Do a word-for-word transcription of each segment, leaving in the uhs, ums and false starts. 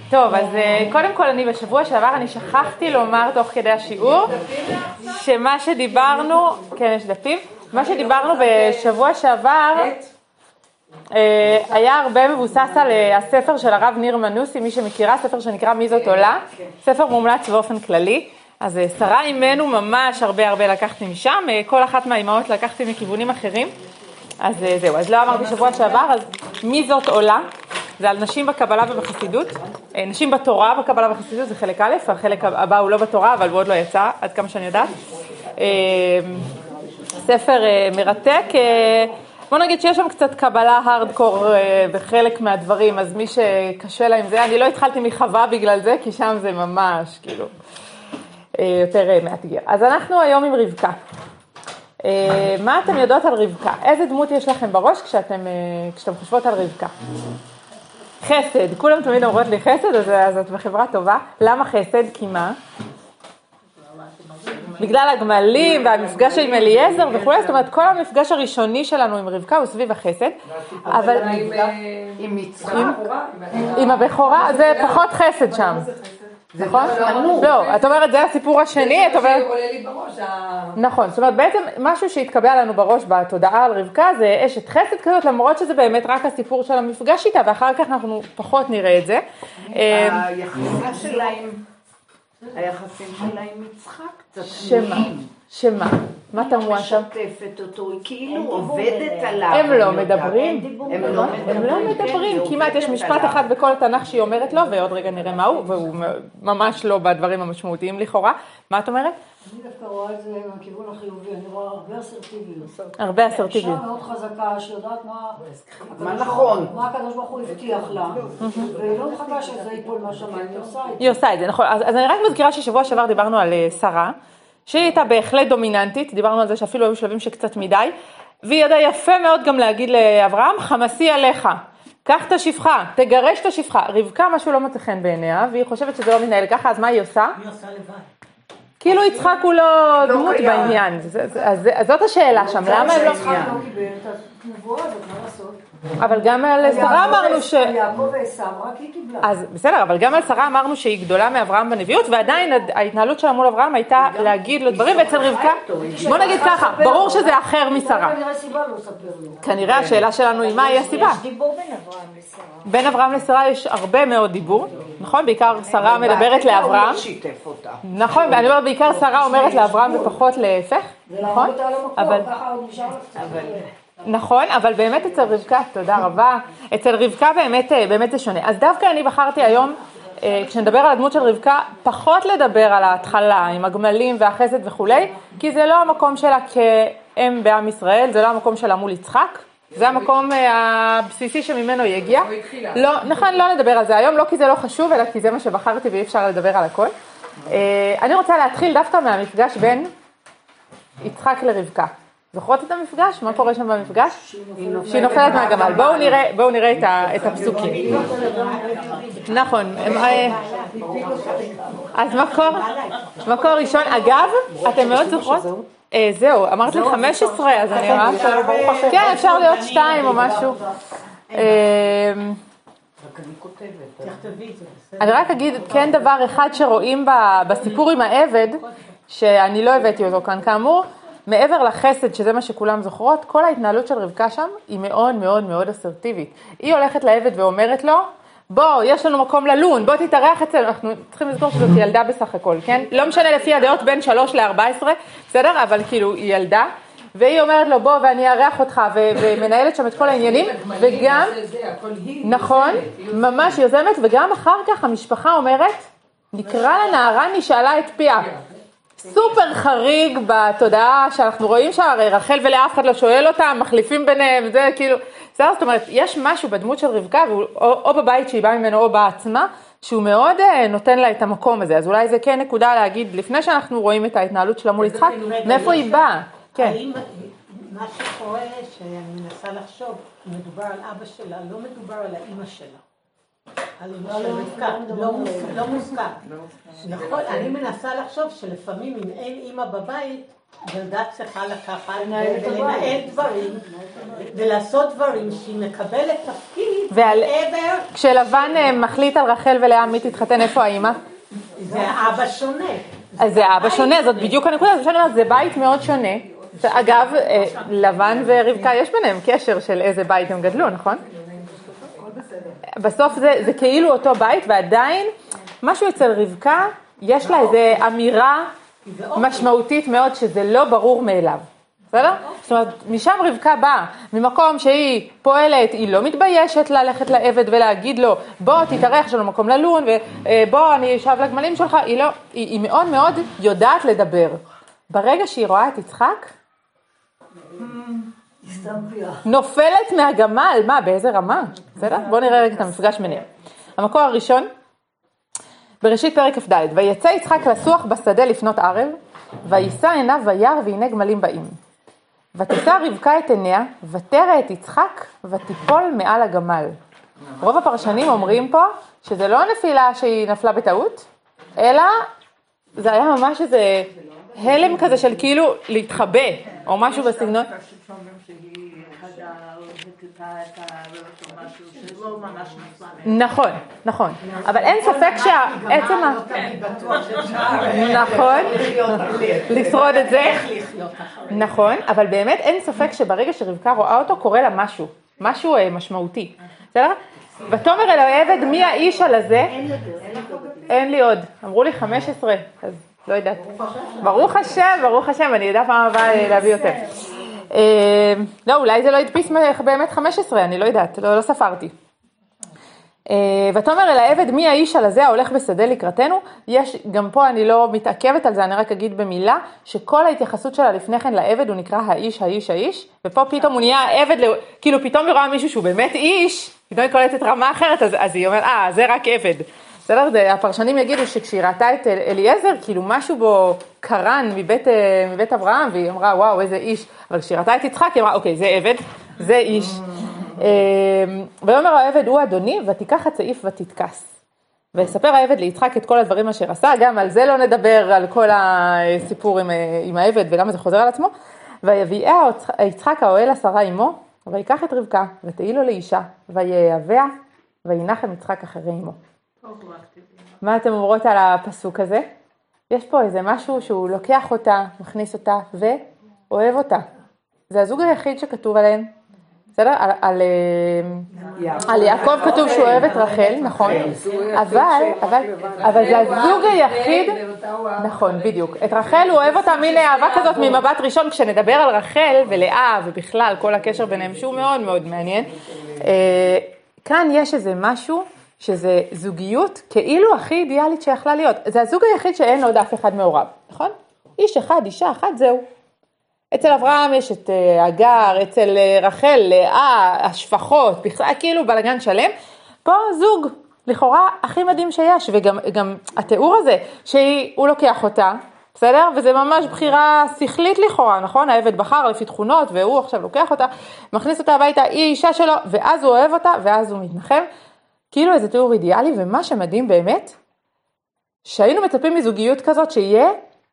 טוב, אז קודם כל אני בשבוע שעבר, אני שכחתי לומר תוך כדי השיעור, שמה שדיברנו, כן יש דפים, מה שדיברנו בשבוע שעבר, היה הרבה מבוסס על הספר של הרב ניר מנוסי, מי שמכירה, ספר שנקרא מי זאת עולה, ספר מומלץ באופן כללי, אז שרה אימנו ממש הרבה הרבה לקחתי משם, כל אחת מהאימהות לקחתי מכיוונים אחרים, אז זהו, אז לא אמרתי שבוע שעבר, אז מי זאת עולה? זה על נשים בקבלה ובחסידות, נשים בתורה בקבלה ובחסידות זה חלק א', החלק הבא הוא לא בתורה, אבל הוא עוד לא יצא, עד כמה שאני יודעת. ספר מרתק, בוא נגיד שיש שם קצת קבלה הארדקור בחלק מהדברים, אז מי שקשה לה עם זה, אני לא התחלתי מחווה בגלל זה, כי שם זה ממש כאילו יותר מאתגר. אז אנחנו היום עם רבקה. מה אתם יודעות על רבקה? איזה דמות יש לכם בראש כשאתם, כשאתם חושבות על רבקה? חסד, כולם תמיד אומרות לי חסד, אז, אז את בחברה טובה. למה חסד? כי מה? בגלל הגמלים והמפגש עם אליעזר וכו', זאת אומרת, כל המפגש הראשוני שלנו עם רבקה הוא סביב החסד. אבל עם מצחק, עם הבכורה, זה פחות חסד שם. נכון? לא, את אומרת, זה הסיפור השני, את אומרת... עולה לי בראש. נכון, זאת אומרת, בעצם משהו שהתקבע לנו בראש בתודעה על רבקה, זה אשת חסד כזאת, למרות שזה באמת רק הסיפור של המפגש איתה, ואחר כך אנחנו פחות נראה את זה. היחסים שלה עם... היחסים שלה עם מצחק, קצת שמה? שמה? מה תמוה שם? משתפת אותו, היא כאילו עובדת עליו. הם לא מדברים. הם לא מדברים. כמעט יש משפט אחד בכל התנ"ך שהיא אומרת לו, ועוד רגע נראה מהו, והוא ממש לא בדברים המשמעותיים לכאורה. מה את אומרת? אני דווקא רואה את זה מהכיוון החיובי, אני רואה הרבה אסרטיביות. הרבה אסרטיביות. אישה מאוד חזקה, שיודעת מה נכון. מה הקדוש ברוך הוא הבטיח לה, והיא לא מחכה שזה ייפול מהשמיים, היא עושה את זה. היא עושה את זה, נכון. אז אני רק מזכירה ששבוע שעבר דיברנו על שרה, שהיא הייתה בהחלט דומיננטית, דיברנו על זה שאפילו היו שלבים שקצת מדי, והיא ידעה יפה מאוד גם להגיד לאברהם, חמסי עליך, קח את השפחה, תגרש את השפחה. רבקה משהו לא מצא חן בעיניה, והיא חושבת שזה לא מתנהל ככה, אז מה היא עושה? היא עושה לבד. כאילו יצחק הוא לא דמות בעניין, אז זאת השאלה שם, למה הם לא... יצחק לא קיבל את הנבואה הזאת, מה לעשות? אבל גם על שרה אמרנו ש... יעקב ועשו, רק היא קיבלה. אז בסדר, אבל גם על שרה אמרנו שהיא גדולה מאברהם בנביאות, ועדיין ההתנהלות שלה מול אברהם הייתה להגיד לו דברים, ואצל רבקה, בוא נגיד ככה, ברור שזה אחר משרה. כנראה סיבה לא ספר לו. כנראה השאלה שלנו היא מה היא הסיבה. יש דיבור בין אברהם לשרה. בין אברהם לשרה יש הרבה מאוד דיבור, נכון? בעיקר שרה מדברת לאברהם. הוא לא שיתף אותה. נכון, ואני אומרת בעיקר שרה אומרת לאברהם ופחות להפך, נכון? אבל... נכון, אבל באמת אצל רבקה, תודה רבה, אצל רבקה באמת, באמת זה שונה. אז דווקא אני בחרתי היום, כשנדבר על הדמות של רבקה, פחות לדבר על ההתחלה, עם הגמלים והחסד וכו', כי זה לא המקום שלה כאם בעם ישראל, זה לא המקום שלה מול יצחק, זה המקום הבסיסי שממנו היא הגיעה. לא, נכון, לא נדבר על זה היום, לא כי זה לא חשוב, אלא כי זה מה שבחרתי ואי אפשר לדבר על הכל. אני רוצה להתחיל דווקא מהמפגש בין יצחק לרבקה. זוכרות את המפגש? מה קורה שם במפגש? שהיא נופלת מהגמל. בואו נראה, בואו נראה את הפסוקים. נכון. אז מקור, מקור ראשון, אגב, אתם מאוד זוכרות? זהו, אמרת לי חמש עשרה, אז אני ממש... כן, אפשר להיות שתיים או משהו. אני רק אגיד, כן דבר אחד שרואים בסיפור עם העבד, שאני לא הבאתי אותו כאן כאמור, מעבר לחסד, שזה מה שכולם זוכרות, כל ההתנהלות של רבקה שם היא מאוד מאוד מאוד אסרטיבית. היא הולכת לעבד ואומרת לו, בוא, יש לנו מקום ללון, בוא תתארח אצלנו, אנחנו צריכים לזכור שזאת ילדה בסך הכל, כן? לא משנה לפי הדעות בין שלוש לארבע עשרה, בסדר? אבל כאילו היא ילדה, והיא אומרת לו, בוא ואני אארח אותך, ו- ומנהלת שם את כל העניינים, וגם, נכון, ממש יוזמת, וגם אחר כך המשפחה אומרת, נקרא לנערה נשאלה את פיה. סופר חריג בתודעה שאנחנו רואים שהרי רחל ולאף אחד לא שואל אותם, מחליפים ביניהם, זה כאילו, זאת אומרת, יש משהו בדמות של רבקה, או, או בבית שהיא באה ממנו או בעצמה, שהוא מאוד נותן לה את המקום הזה, אז אולי זה כן נקודה להגיד, לפני שאנחנו רואים את ההתנהלות שלה מול יצחק, מאיפה היא באה? כן. האם מה שקורה, שאני מנסה לחשוב, מדובר על אבא שלה, לא מדובר על האמא שלה. על אמא של רבקה, לא מוזכר. נכון, אני מנסה לחשוב שלפעמים אם אין אמא בבית, ילדה צריכה לקחת ולנהל דברים, ולעשות דברים שהיא מקבלת תפקיד ועל... עבר, כשלבן מחליט על רחל ולאה מי תתחתן, איפה האמא? זה אבא שונה. אז זה אבא שונה, זאת בדיוק הנקודה, זה בית מאוד שונה. אגב, לבן ורבקה יש ביניהם קשר של איזה בית הם גדלו, נכון? בסוף זה, זה כאילו אותו בית, ועדיין משהו אצל רבקה, יש לה איזו אמירה משמעותית מאוד שזה לא ברור מאליו. בסדר? זאת אומרת, משם רבקה באה, ממקום שהיא פועלת, היא לא מתביישת ללכת לעבד ולהגיד לו, בוא תתארח שלו מקום ללון, ובוא אני אשב לגמלים שלך, היא לא, היא, היא מאוד מאוד יודעת לדבר. ברגע שהיא רואה את יצחק, נופלת מהגמל, מה, באיזה רמה? בסדר? בואו נראה רגע את המפגש ביניהם. המקור הראשון, בראשית פרק כ"ד, ויצא יצחק לסוח בשדה לפנות ערב, וישא עיניו וירא והנה גמלים באים. ותישא רבקה את עיניה, ותרא את יצחק, ותיפול מעל הגמל. רוב הפרשנים אומרים פה, שזה לא נפילה שהיא נפלה בטעות, אלא זה היה ממש איזה הלם כזה של כאילו להתחבא, או משהו בסגנון. נכון, נכון. אבל אין ספק שהעצם ה... נכון, לשרוד את זה. נכון, אבל באמת אין ספק שברגע שרבקה רואה אותו, קורה לה משהו, משהו משמעותי. בסדר? ותאמר אל העבד, מי האיש על הזה? אין לי עוד. אמרו לי חמש עשרה, אז לא יודעת. ברוך השם, ברוך השם, אני יודע פעם הבאה להביא יותר. לא, אולי זה לא הדפיס באמת חמש עשרה, אני לא יודעת, לא ספרתי. ותאמר אל העבד, מי האיש על הזה ההולך בשדה לקראתנו? יש, גם פה אני לא מתעכבת על זה, אני רק אגיד במילה, שכל ההתייחסות שלה לפני כן לעבד הוא נקרא האיש, האיש, האיש, ופה פתאום הוא נהיה עבד, כאילו פתאום היא רואה מישהו שהוא באמת איש, פתאום היא קולטת רמה אחרת, אז, אז היא אומרת, אה, זה רק עבד. בסדר, הפרשנים יגידו שכשהיא ראתה את אליעזר, כאילו משהו בו קרן מבית, מבית אברהם, והיא אמרה, וואו, איזה איש. אבל כשהיא ראתה את יצחק, היא אמרה, אוקיי, זה עבד, זה איש. ואומר העבד, הוא אדוני, ותיקח הצעיף ותתכס. ויספר העבד ליצחק את כל הדברים אשר עשה, גם על זה לא נדבר, על כל הסיפור עם, עם העבד, ולמה זה חוזר על עצמו. ויביאה יצחק האוהל עשרה עמו, ויקח את רבקה, ותהי לו לאישה, ויאהביה, וינחם יצחק אחרי עמו. מה אתם אומרות על הפסוק הזה? יש פה איזה משהו שהוא לוקח אותה, מכניס אותה ואוהב אותה. זה הזוג היחיד שכתוב עליהם. בסדר? על, על, על יעקב כתוב שהוא אוהב את רחל, נכון? אבל, אבל, אבל זה הזוג היחיד, נכון, בדיוק. את רחל הוא אוהב אותה מין אהבה כזאת ממבט ראשון, כשנדבר על רחל ולאה ובכלל כל הקשר ביניהם שהוא מאוד מאוד מעניין. כאן יש איזה משהו שזה זוגיות כאילו הכי אידיאלית שיכלה להיות. זה הזוג היחיד שאין עוד אף אחד מעורב, נכון? איש אחד, אישה אחת, זהו. אצל אברהם יש את אגר, אצל רחל, לאה, השפחות, בכלל, כאילו בלגן שלם. פה זוג, לכאורה, הכי מדהים שיש, וגם גם התיאור הזה, שהוא לוקח אותה, בסדר? וזה ממש בחירה שכלית לכאורה, נכון? העבד בחר לפי תכונות, והוא עכשיו לוקח אותה, מכניס אותה הביתה, היא אישה שלו, ואז הוא אוהב אותה, ואז הוא מתנחם. כאילו איזה תיאור אידיאלי, ומה שמדהים באמת, שהיינו מצפים מזוגיות כזאת שיהיה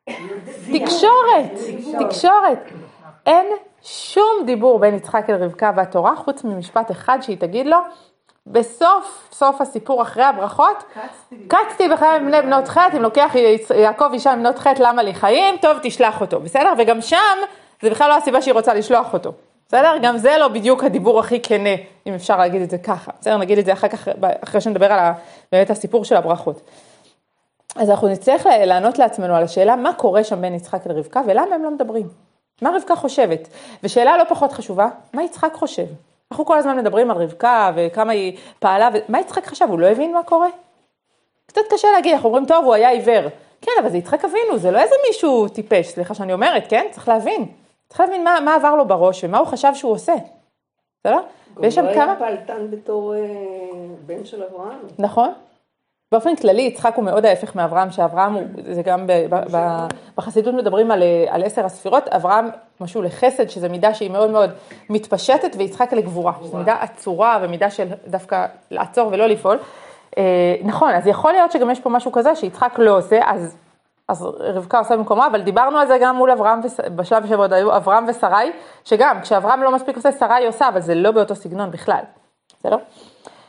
תקשורת, תקשורת. אין שום דיבור בין יצחק אל רבקה והתורה, חוץ ממשפט אחד שהיא תגיד לו, בסוף, סוף הסיפור אחרי הברכות, קצתי בחיים בני בנות חטא, אם לוקח יעקב אישה בנות חטא, למה לי חיים? טוב, תשלח אותו, בסדר? וגם שם, זה בכלל לא הסיבה שהיא רוצה לשלוח אותו. בסדר? גם זה לא בדיוק הדיבור הכי כנה, אם אפשר להגיד את זה ככה. בסדר? נגיד את זה אחר כך, אחרי שנדבר על באמת הסיפור של הברכות. אז אנחנו נצטרך לענות לעצמנו על השאלה, מה קורה שם בין יצחק לרבקה, ולמה הם לא מדברים? מה רבקה חושבת? ושאלה לא פחות חשובה, מה יצחק חושב? אנחנו כל הזמן מדברים על רבקה, וכמה היא פעלה, ומה יצחק חשב? הוא לא הבין מה קורה? קצת קשה להגיד, אנחנו אומרים, טוב, הוא היה עיוור. כן, אבל זה יצחק הבינו, זה לא איזה מישהו טיפש, סליחה שאני אומרת, כן? צריך להבין. צריך להבין מה, מה עבר לו בראש, ומה הוא חשב שהוא עושה. בסדר? ויש שם כמה... הוא היה פעלתן בתור בן של אברהם. נכון. באופן כללי, יצחק הוא מאוד ההפך מאברהם, שאברהם הוא, זה גם בחסידות מדברים על, על עשר הספירות, אברהם משהו לחסד, שזה מידה שהיא מאוד מאוד מתפשטת, ויצחק לגבורה, זו מידה עצורה, ומידה של דווקא לעצור ולא לפעול. אה, נכון, אז יכול להיות שגם יש פה משהו כזה, שיצחק לא עושה, אז, אז רבקה עושה במקומה, אבל דיברנו על זה גם מול אברהם, בשלב שבעוד היו אברהם ושרי, שגם, כשאברהם לא מספיק עושה, שרי עושה, אבל זה לא באותו סגנון בכלל. בסדר?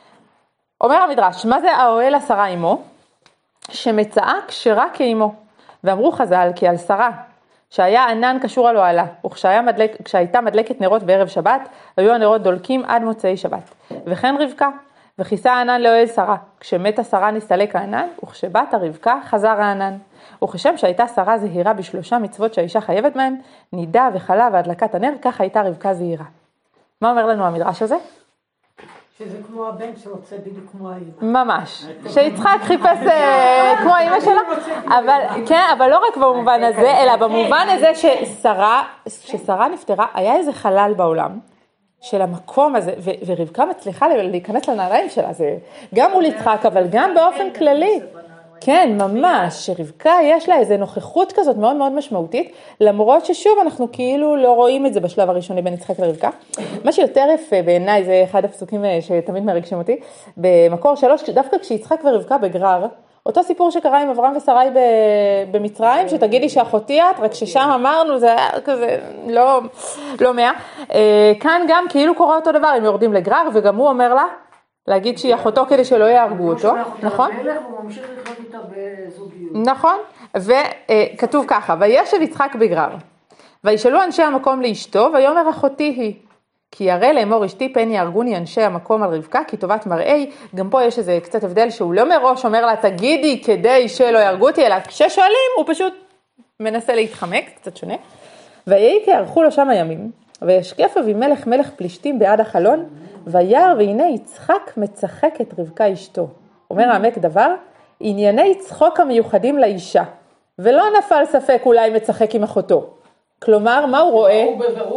אומר המדרש, מה זה האוהל השרה אמו? שמצאה כשרה כאמו. ואמרו חז"ל כי על שרה, שהיה ענן קשור על אוהלה, וכשהייתה מדלקת נרות בערב שבת, היו הנרות דולקים עד מוצאי שבת. וכן רבקה, וכיסה הענן לאוהל שרה, כשמתה שרה נסתלק הענן, וכשבת הרבקה חזר הענן. וכשם שהייתה שרה זהירה בשלושה מצוות שהאישה חייבת מהן, נידה וחלה והדלקת הנר, כך הייתה רבקה זהירה. מה אומר לנו המדרש הזה? שזה כמו הבן שרוצה בדיוק כמו האמא. ממש. שיצחק חיפש כמו האמא שלה, אבל כן, אבל לא רק במובן הזה, אלא במובן הזה ששרה, ששרה נפטרה, היה איזה חלל בעולם של המקום הזה, ורבקה מצליחה להיכנס לנעליים שלה, זה גם מול יצחק, אבל גם באופן כללי. כן, ממש, שרבקה יש לה איזו נוכחות כזאת מאוד מאוד משמעותית, למרות ששוב אנחנו כאילו לא רואים את זה בשלב הראשוני בין יצחק לרבקה. מה שיותר יפה בעיניי, זה אחד הפסוקים שתמיד מרגשים אותי, במקור שלוש, דווקא כשיצחק ורבקה בגרר, אותו סיפור שקרה עם אברהם ושרי במצרים, שתגידי שאחותי את, רק ששם אמרנו, זה היה כזה לא, לא מאה. כאן גם כאילו קורה אותו דבר, הם יורדים לגרר, וגם הוא אומר לה, להגיד שהיא אחותו כדי שלא יהרגו אותו, נכון? הוא ממשיך לחיות איתה בזוגיות. נכון, וכתוב ככה, וישב יצחק בגרר, וישאלו אנשי המקום לאשתו, ויאמר אחותי היא, כי ירא לאמור אשתי פן יהרגוני אנשי המקום על רבקה, כי טובת מראי, גם פה יש איזה קצת הבדל שהוא לא מראש אומר לה תגידי כדי שלא יהרגו אותי, אלא כששואלים הוא פשוט מנסה להתחמק, קצת שונה, ויהי כי ערכו לו שם הימים, וישקף אבימלך מלך פלישתים בעד החלון, וירא והנה יצחק מצחק את רבקה אשתו. אומר העמק דבר, ענייני צחוק המיוחדים לאישה, ולא נפל ספק אולי מצחק עם אחותו. כלומר, מה הוא רואה?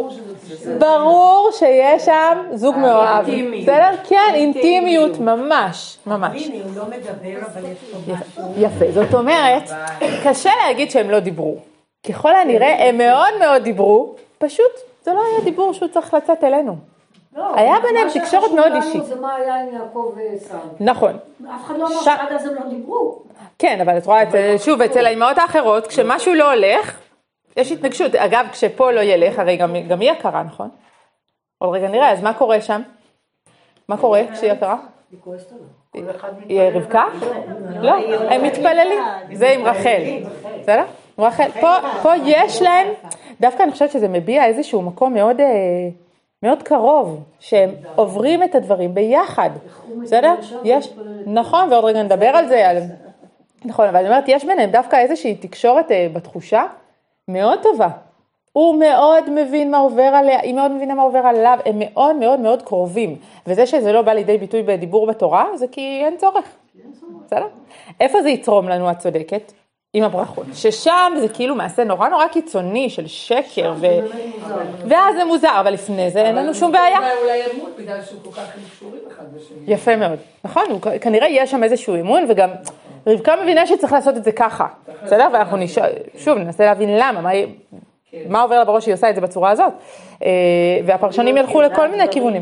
ברור שיש שם זוג מאוהב. בסדר? כן, אינטימיות, ממש, ממש. הנה, הוא לא מדבר, אבל יש פה משהו. יפה, זאת אומרת, קשה להגיד שהם לא דיברו. ככל הנראה, הם מאוד מאוד דיברו, פשוט זה לא היה דיבור שהוא צריך לצאת אלינו. היה ביניהם תקשורת מאוד אישית. זה מה היה עם יעקב ושרה. נכון. אף אחד לא אמר שעד אז הם לא דיברו. כן, אבל את רואה, שוב, אצל האימהות האחרות, כשמשהו לא הולך, יש התנגשות. אגב, כשפה לא ילך, הרי גם היא הכרה, נכון? עוד רגע נראה, אז מה קורה שם? מה קורה כשהיא הכרה? היא כועסת עליו. היא רבקה? לא, הם מתפללים. זה עם רחל. בסדר? רחל. פה יש להם, דווקא אני חושבת שזה מביע איזשהו מקום מאוד... מאוד קרוב, שהם עוברים את הדברים ביחד, בסדר? יש, נכון, ועוד רגע נדבר על זה, על... נכון, אבל אני אומרת, יש ביניהם דווקא איזושהי תקשורת בתחושה מאוד טובה. הוא מאוד מבין מה עובר עליה, היא מאוד מבינה מה עובר עליו, הם מאוד מאוד מאוד קרובים, וזה שזה לא בא לידי ביטוי בדיבור בתורה, זה כי אין צורך, בסדר? איפה זה יתרום לנו הצודקת? עם הברכות, ששם זה כאילו מעשה נורא נורא קיצוני של שקר, ו... ואז זה מוזר, אבל לפני זה אין לנו שום בעיה. אולי אמון, בגלל שהוא כל כך קשורים אחד בשני. יפה מאוד, נכון, כנראה יש שם איזשהו אמון, וגם רבקה מבינה שצריך לעשות את זה ככה, בסדר? ואנחנו נשאל, שוב, ננסה להבין למה, מה, מה עובר לה בראש שהיא עושה את זה בצורה הזאת, והפרשנים ילכו לכל מיני כיוונים.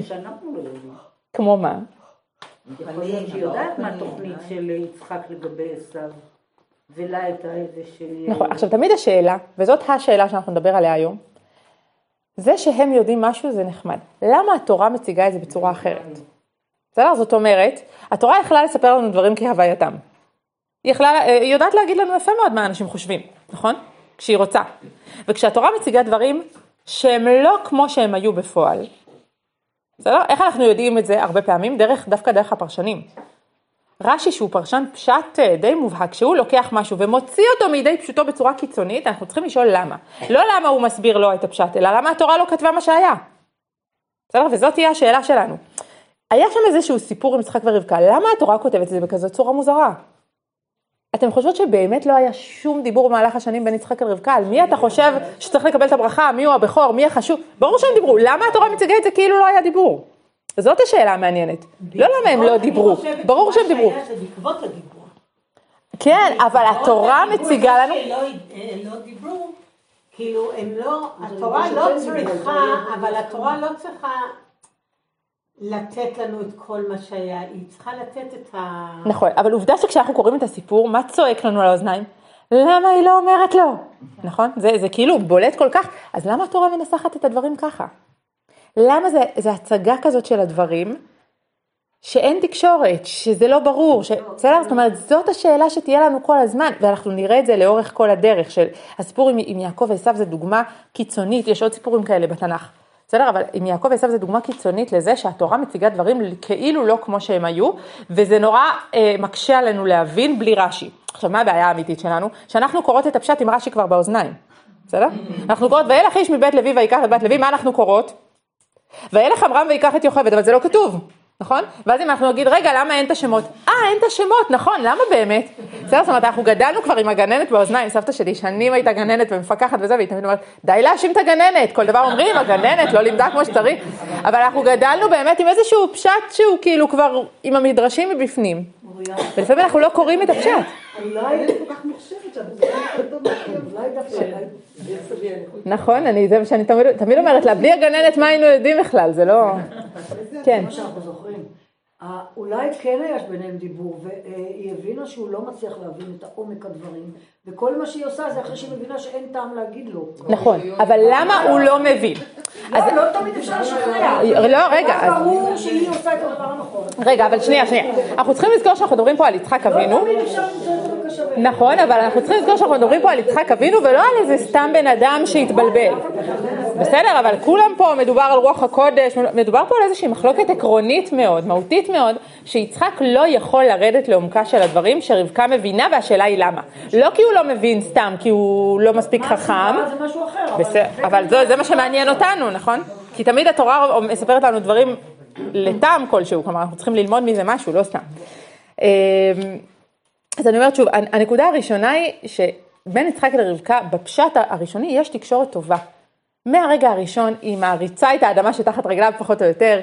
כמו מה? אני יודעת מה התוכנית של יצחק לגבי עשיו. ולה הייתה איזה של... נכון, עכשיו תמיד השאלה, וזאת השאלה שאנחנו נדבר עליה היום, זה שהם יודעים משהו זה נחמד. למה התורה מציגה את זה בצורה אחרת? בסדר? זאת אומרת, התורה יכלה לספר לנו דברים כהווייתם. היא, יכלה, היא יודעת להגיד לנו יפה מאוד מה אנשים חושבים, נכון? כשהיא רוצה. וכשהתורה מציגה דברים שהם לא כמו שהם היו בפועל, בסדר? איך אנחנו יודעים את זה הרבה פעמים? דרך, דווקא דרך הפרשנים. רש"י שהוא פרשן פשט די מובהק, שהוא לוקח משהו ומוציא אותו מידי פשוטו בצורה קיצונית, אנחנו צריכים לשאול למה. לא למה הוא מסביר לו את הפשט, אלא למה התורה לא כתבה מה שהיה. בסדר? וזאת תהיה השאלה שלנו. היה שם איזשהו סיפור עם יצחק ורבקה, למה התורה כותבת את זה בכזאת צורה מוזרה? אתם חושבות שבאמת לא היה שום דיבור במהלך השנים בין יצחק לרבקה? על מי אתה חושב שצריך לקבל את הברכה, מי הוא הבכור, מי החשוב? ברור שהם דיברו, למה התורה מציגה את זה כאילו לא היה דיבור? זאת השאלה המעניינת. לא למה הם לא דיברו, ברור שהם דיברו. כן, אבל התורה מציגה לנו... לא דיברו, כאילו הם לא, התורה לא צריכה, אבל התורה לא צריכה לתת לנו את כל מה שהיה, היא צריכה לתת את ה... נכון, אבל עובדה שכשאנחנו קוראים את הסיפור, מה צועק לנו על האוזניים? למה היא לא אומרת לו? נכון? זה, זה כאילו בולט כל כך, אז למה התורה מנסחת את הדברים ככה? למה זה, זה הצגה כזאת של הדברים, שאין תקשורת, שזה לא ברור, ש... בסדר? זאת אומרת, זאת השאלה שתהיה לנו כל הזמן, ואנחנו נראה את זה לאורך כל הדרך, של הסיפור עם, עם יעקב ועשיו זה דוגמה קיצונית, יש עוד סיפורים כאלה בתנ"ך, בסדר? אבל עם יעקב ועשיו זה דוגמה קיצונית לזה שהתורה מציגה דברים כאילו לא כמו שהם היו, וזה נורא אה, מקשה עלינו להבין בלי רש"י. עכשיו, מה הבעיה האמיתית שלנו? שאנחנו קוראות את הפשט עם רש"י כבר באוזניים, בסדר? אנחנו קוראות, וילך איש מבית לוי ויקח את בת לוי, מה אנחנו קוראות? וילך עמרם ויקח את יוכבד, אבל זה לא כתוב. נכון? ואז אם אנחנו נגיד, רגע, למה אין את השמות? אה, אין את השמות, נכון, למה באמת? בסדר, זאת אומרת, אנחנו גדלנו כבר עם הגננת באוזניים, סבתא שלי, שנים הייתה גננת ומפקחת וזה, והיא תמיד אומרת, די להאשים את הגננת, כל דבר אומרים, הגננת לא לימדה כמו שצריך, אבל אנחנו גדלנו באמת עם איזשהו פשט שהוא כאילו כבר עם המדרשים מבפנים, ולפעמים אנחנו לא קוראים את הפשט. אולי כל כך מחשבת שזה אולי דווקא, נכון, אני, זה שאני תמיד, תמיד אומרת לה, בלי הגננת מה היינו יודעים בכלל, זה לא... כן. מה שאנחנו זוכרים. אולי כן היה ביניהם דיבור, והיא הבינה שהוא לא מצליח להבין את העומק הדברים, וכל מה שהיא עושה זה אחרי שהיא מבינה שאין טעם להגיד לו. נכון, אבל למה הוא לא מבין? לא, לא תמיד אפשר לשכנע. לא, רגע. ברור שהיא עושה את הדבר הנכון. רגע, אבל שנייה, שנייה. אנחנו צריכים לזכור שאנחנו מדברים פה על יצחק אבינו. לא תמיד אפשר למצוא את זה בקשה. נכון, אבל אנחנו צריכים לזכור שאנחנו מדברים פה על יצחק אבינו, ולא על איזה סתם בן אדם שהתבלבל. בסדר, אבל כולם פה מדובר על רוח הקודש, מדובר פה על איזושהי מחלוקת עקרונית מאוד, מהותית מאוד, שיצחק לא יכול לרדת לעומקה של הדברים שרבקה מבינה, והשאלה היא למה. לא כי הוא לא מבין סתם, כי הוא לא מספיק חכם. זה משהו אחר. אבל זה מה שמעניין אותנו, נכון? כי תמיד התורה מספרת לנו דברים לטעם כלשהו, כלומר אנחנו צריכים ללמוד מזה משהו, לא סתם. אז אני אומרת שוב, הנקודה הראשונה היא שבין יצחק לרבקה, בפשט הראשוני יש תקשורת טובה. מהרגע הראשון היא מעריצה את האדמה שתחת רגליו פחות או יותר.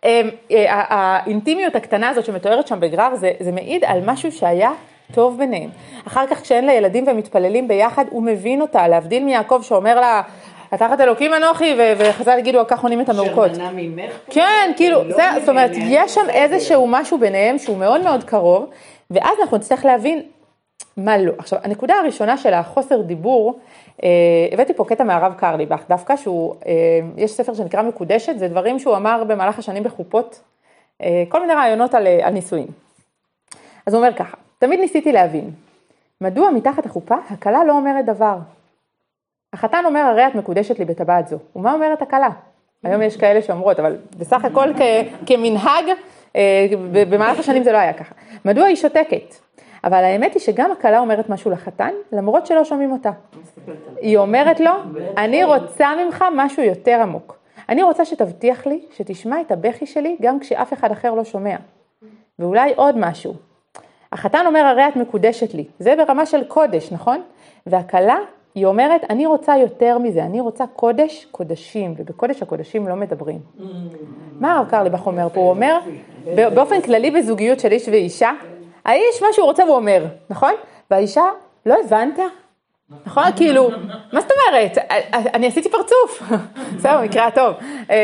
האינטימיות הקטנה הזאת שמתוארת שם בגרר, זה, זה מעיד על משהו שהיה טוב ביניהם. אחר כך כשאין לה ילדים ומתפללים ביחד, הוא מבין אותה, להבדיל מיעקב שאומר לה, תחת אלוקים אנוכי, וחז"ל יגידו, כך עונים את המאורכות. שמנה ממך? כן, כאילו, זה, זאת אומרת, יש שם איזשהו משהו ביניהם שהוא מאוד מאוד קרוב, ואז אנחנו נצטרך להבין מה לא. עכשיו, הנקודה הראשונה של החוסר דיבור, אה, הבאתי פה קטע מהרב קרליבך, דווקא שהוא, אה, יש ספר שנקרא מקודשת, זה דברים שהוא אמר במהלך השנים בחופות, אה, כל מיני רעיונות על, על נישואים. אז הוא אומר ככה, תמיד ניסיתי להבין, מדוע מתחת החופה הכלה לא אומרת דבר? החתן אומר, הרי את מקודשת לי בטבעת זו, ומה אומרת הכלה? היום יש כאלה שאומרות, אבל בסך הכל כ, כמנהג, אה, במהלך השנים זה לא היה ככה. מדוע היא שותקת? אבל האמת היא שגם הכלה אומרת משהו לחתן, למרות שלא שומעים אותה. היא אומרת לו, אני רוצה ממך משהו יותר עמוק. אני רוצה שתבטיח לי, שתשמע את הבכי שלי, גם כשאף אחד אחר לא שומע. ואולי עוד משהו. החתן אומר, הרי את מקודשת לי. זה ברמה של קודש, נכון? והכלה, היא אומרת, אני רוצה יותר מזה, אני רוצה קודש קודשים, ובקודש הקודשים לא מדברים. מה הרב קרליבך אומר פה? הוא אומר, באופן כללי בזוגיות של איש ואישה, האיש מה שהוא רוצה הוא אומר, נכון? והאישה, לא הבנת? נכון? כאילו, מה זאת אומרת? אני עשיתי פרצוף. זהו, מקרה טוב.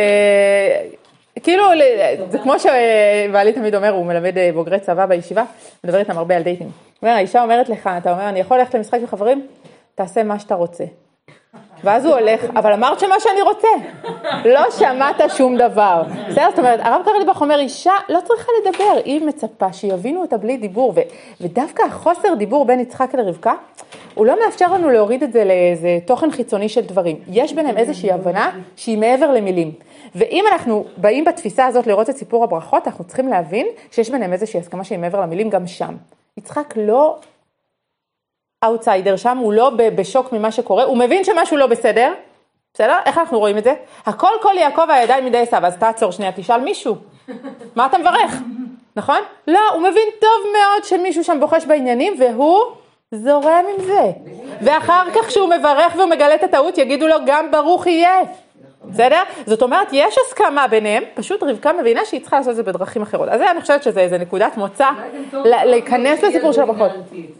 כאילו, זה כמו שבעלי תמיד אומר, הוא מלמד בוגרי צבא בישיבה, מדבר איתם הרבה על דייטים. הוא אומר, האישה אומרת לך, אתה אומר, אני יכול ללכת למשחק עם חברים? תעשה מה שאתה רוצה. ואז הוא הולך, אבל אמרת שמה שאני רוצה. לא שמעת שום דבר. בסדר, זאת אומרת, הרב קרליבך אומר, אישה לא צריכה לדבר, היא מצפה שיבינו אותה בלי דיבור, ו- ודווקא החוסר דיבור בין יצחק לרבקה, הוא לא מאפשר לנו להוריד את זה לאיזה תוכן חיצוני של דברים. יש ביניהם איזושהי הבנה שהיא מעבר למילים. ואם אנחנו באים בתפיסה הזאת לראות את סיפור הברכות, אנחנו צריכים להבין שיש ביניהם איזושהי הסכמה שהיא מעבר למילים גם שם. יצחק לא אאוטסיידר שם, הוא לא בשוק ממה שקורה, הוא מבין שמשהו לא בסדר, בסדר? איך אנחנו רואים את זה? הכל כל יעקב הידיים מידי עשיו, אז תעצור שנייה, תשאל מישהו, מה אתה מברך? נכון? לא, הוא מבין טוב מאוד שמישהו שם בוחש בעניינים, והוא זורם עם זה. ואחר כך שהוא מברך והוא מגלה את הטעות, יגידו לו גם ברוך יהיה. בסדר? זאת אומרת, יש הסכמה ביניהם, פשוט רבקה מבינה שהיא צריכה לעשות את זה בדרכים אחרות. אז אני חושבת שזה איזה נקודת מוצא, להיכנס לסיפור של הברכות.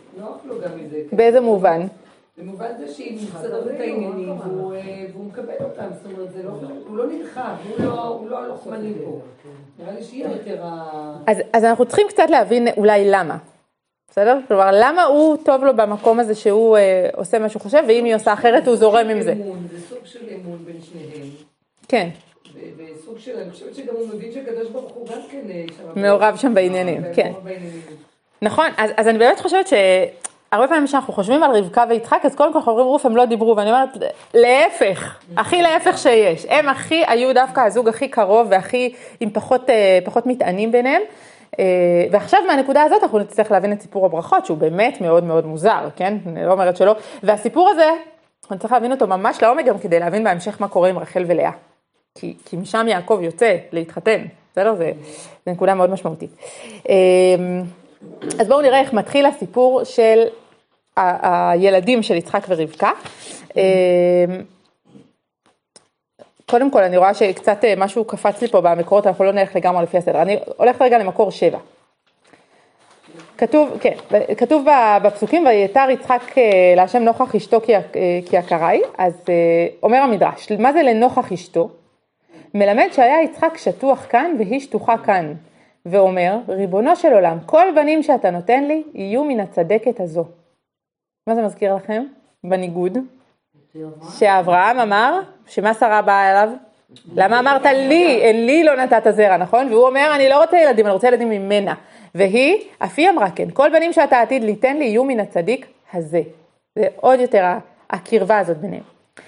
באיזה מובן? במובן זה שהיא מסתדרת את העניינים והוא מקבל אותם, זאת אומרת, הוא לא נדחה, הוא לא הלוחמני פה. נראה לי שיהיה יותר ה... אז אנחנו צריכים קצת להבין אולי למה. בסדר? כלומר, למה הוא טוב לו במקום הזה שהוא עושה מה שהוא חושב, ואם היא עושה אחרת הוא זורם עם זה. זה סוג של אמון בין שניהם. כן. בסוג של, אני חושבת שגם הוא מבין שקדוש ברוך הוא גם כן מעורב שם בעניינים, כן. נכון, אז, אז אני באמת חושבת שהרבה פעמים שאנחנו חושבים על רבקה ויצחק, אז קודם כל אנחנו אומרים, רוף, הם לא דיברו, ואני אומרת, להפך, הכי להפך שיש. הם הכי, היו דווקא הזוג הכי קרוב, והכי, עם פחות, פחות מתענים ביניהם. ועכשיו מהנקודה הזאת אנחנו נצטרך להבין את סיפור הברכות, שהוא באמת מאוד מאוד מוזר, כן? אני לא אומרת שלא. והסיפור הזה, אני צריך להבין אותו ממש לעומק גם כדי להבין בהמשך מה קורה עם רחל ולאה. כי, כי משם יעקב יוצא להתחתן, בסדר? זה, זה נקודה מאוד משמעותית. אז בואו נראה איך מתחיל הסיפור של ה- הילדים של יצחק ורבקה. קודם כל אני רואה שקצת משהו קפץ לי פה במקורות, אנחנו לא נלך לגמרי לפי הסדר. אני הולכת רגע למקור שבע. כתוב, כן, כתוב בפסוקים, ויתר יצחק להשם נוכח אשתו כי יקראי, אז אומר המדרש, מה זה לנוכח אשתו? מלמד שהיה יצחק שטוח כאן והיא שטוחה כאן, ואומר, ריבונו של עולם, כל בנים שאתה נותן לי יהיו מן הצדקת הזו. מה זה מזכיר לכם? בניגוד. שאברהם אמר, שמה שרה באה אליו? למה אמרת לי, לי לא נתת זרע, נכון? והוא אומר, אני לא רוצה ילדים, אני רוצה ילדים ממנה. והיא, אף היא אמרה כן, כל בנים שאתה עתיד ליתן לי יהיו מן הצדיק הזה. זה עוד יותר הקרבה הזאת ביניהם.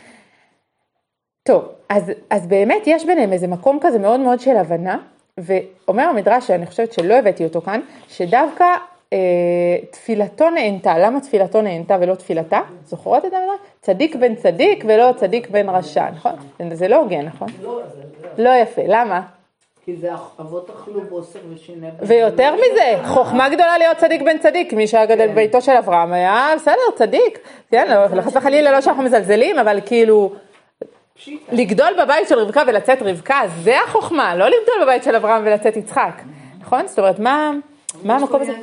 טוב, אז, אז באמת יש ביניהם איזה מקום כזה מאוד מאוד של הבנה, ואומר המדרש, שאני חושבת שלא הבאתי אותו כאן, שדווקא אה, תפילתו נענתה. למה תפילתו נענתה ולא תפילתה? זוכרות את המדרש? צדיק בן צדיק ולא צדיק בן רשע, נכון? זה לא הוגן, נכון? לא יפה, למה? כי זה אבות אכלו בוסר ושיני. ויותר מזה, חוכמה גדולה להיות צדיק בן צדיק, מי שהיה גדל בביתו של אברהם היה בסדר, צדיק. כן, לחס וחלילה לא שאנחנו מזלזלים, אבל כאילו, לגדול בבית של רבקה ולצאת רבקה, זה החוכמה, לא לגדול בבית של אברהם ולצאת יצחק. נכון? זאת אומרת, מה המקום הזה?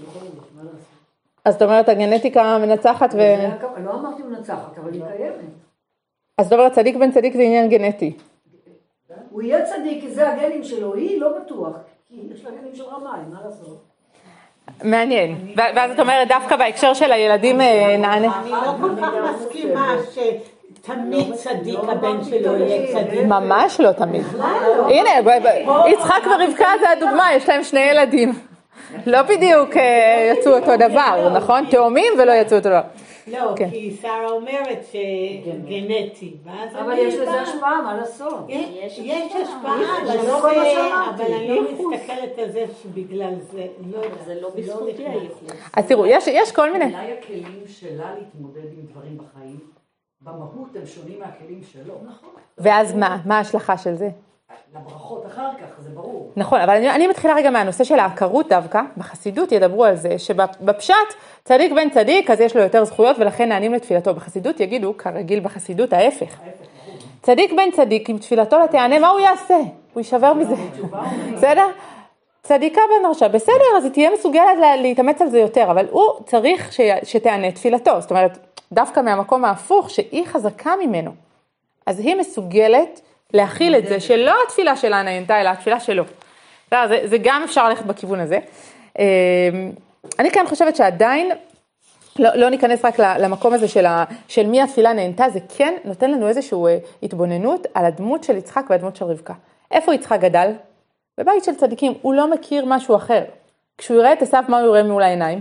אז זאת אומרת, הגנטיקה מנצחת ו... לא אמרתי מנצחת, אבל היא קיימת. אז זאת אומרת, צדיק בן צדיק זה עניין גנטי. הוא יהיה צדיק, כי זה הגנים שלו, היא לא בטוח, כי יש לה גנים של רמאי, מה לעשות? מעניין, ואז את אומרת, דווקא בהקשר של הילדים נענה. אני לא כל כך מסכימה שתמיד צדיק הבן שלו יהיה צדיק. ממש לא תמיד. הנה, יצחק ורבקה זה הדוגמה, יש להם שני ילדים. לא בדיוק יצאו אותו דבר, נכון? תאומים ולא יצאו אותו דבר. לא, כי שרה אומרת שגנטי. אבל יש לזה השפעה, מה לעשות? יש השפעה, אבל אני מסתכלת על זה שבגלל זה, זה לא בזכותי. אז תראו, יש כל מיני... אולי הכלים שלה להתמודד עם דברים בחיים, במהות הם שונים מהכלים שלו. נכון. ואז מה? מה ההשלכה של זה? לברכות אחר כך, זה ברור. נכון, אבל אני, אני מתחילה רגע מהנושא של ההכרות דווקא, בחסידות ידברו על זה, שבפשט צדיק בן צדיק, אז יש לו יותר זכויות ולכן נענים לתפילתו. בחסידות יגידו, כרגיל בחסידות, ההפך. צדיק בן צדיק, עם תפילתו לתענה, מה הוא יעשה? הוא יישבר מזה. בסדר? צדיקה בן רשע, בסדר, אז היא תהיה מסוגלת להתאמץ על זה יותר, אבל הוא צריך ש, שתענה תפילתו. זאת אומרת, דווקא מהמקום ההפוך, שהיא חזקה ממנו. אז היא מסוגלת להכיל את זה, שלא התפילה שלה נענתה, אלא התפילה שלו. זה, זה גם אפשר ללכת בכיוון הזה. אני כאן חושבת שעדיין, לא, לא ניכנס רק למקום הזה של, ה, של מי התפילה נענתה, זה כן נותן לנו איזושהי התבוננות על הדמות של יצחק והדמות של רבקה. איפה יצחק גדל? בבית של צדיקים, הוא לא מכיר משהו אחר. כשהוא יראה את עשיו, מה הוא יראה מול העיניים?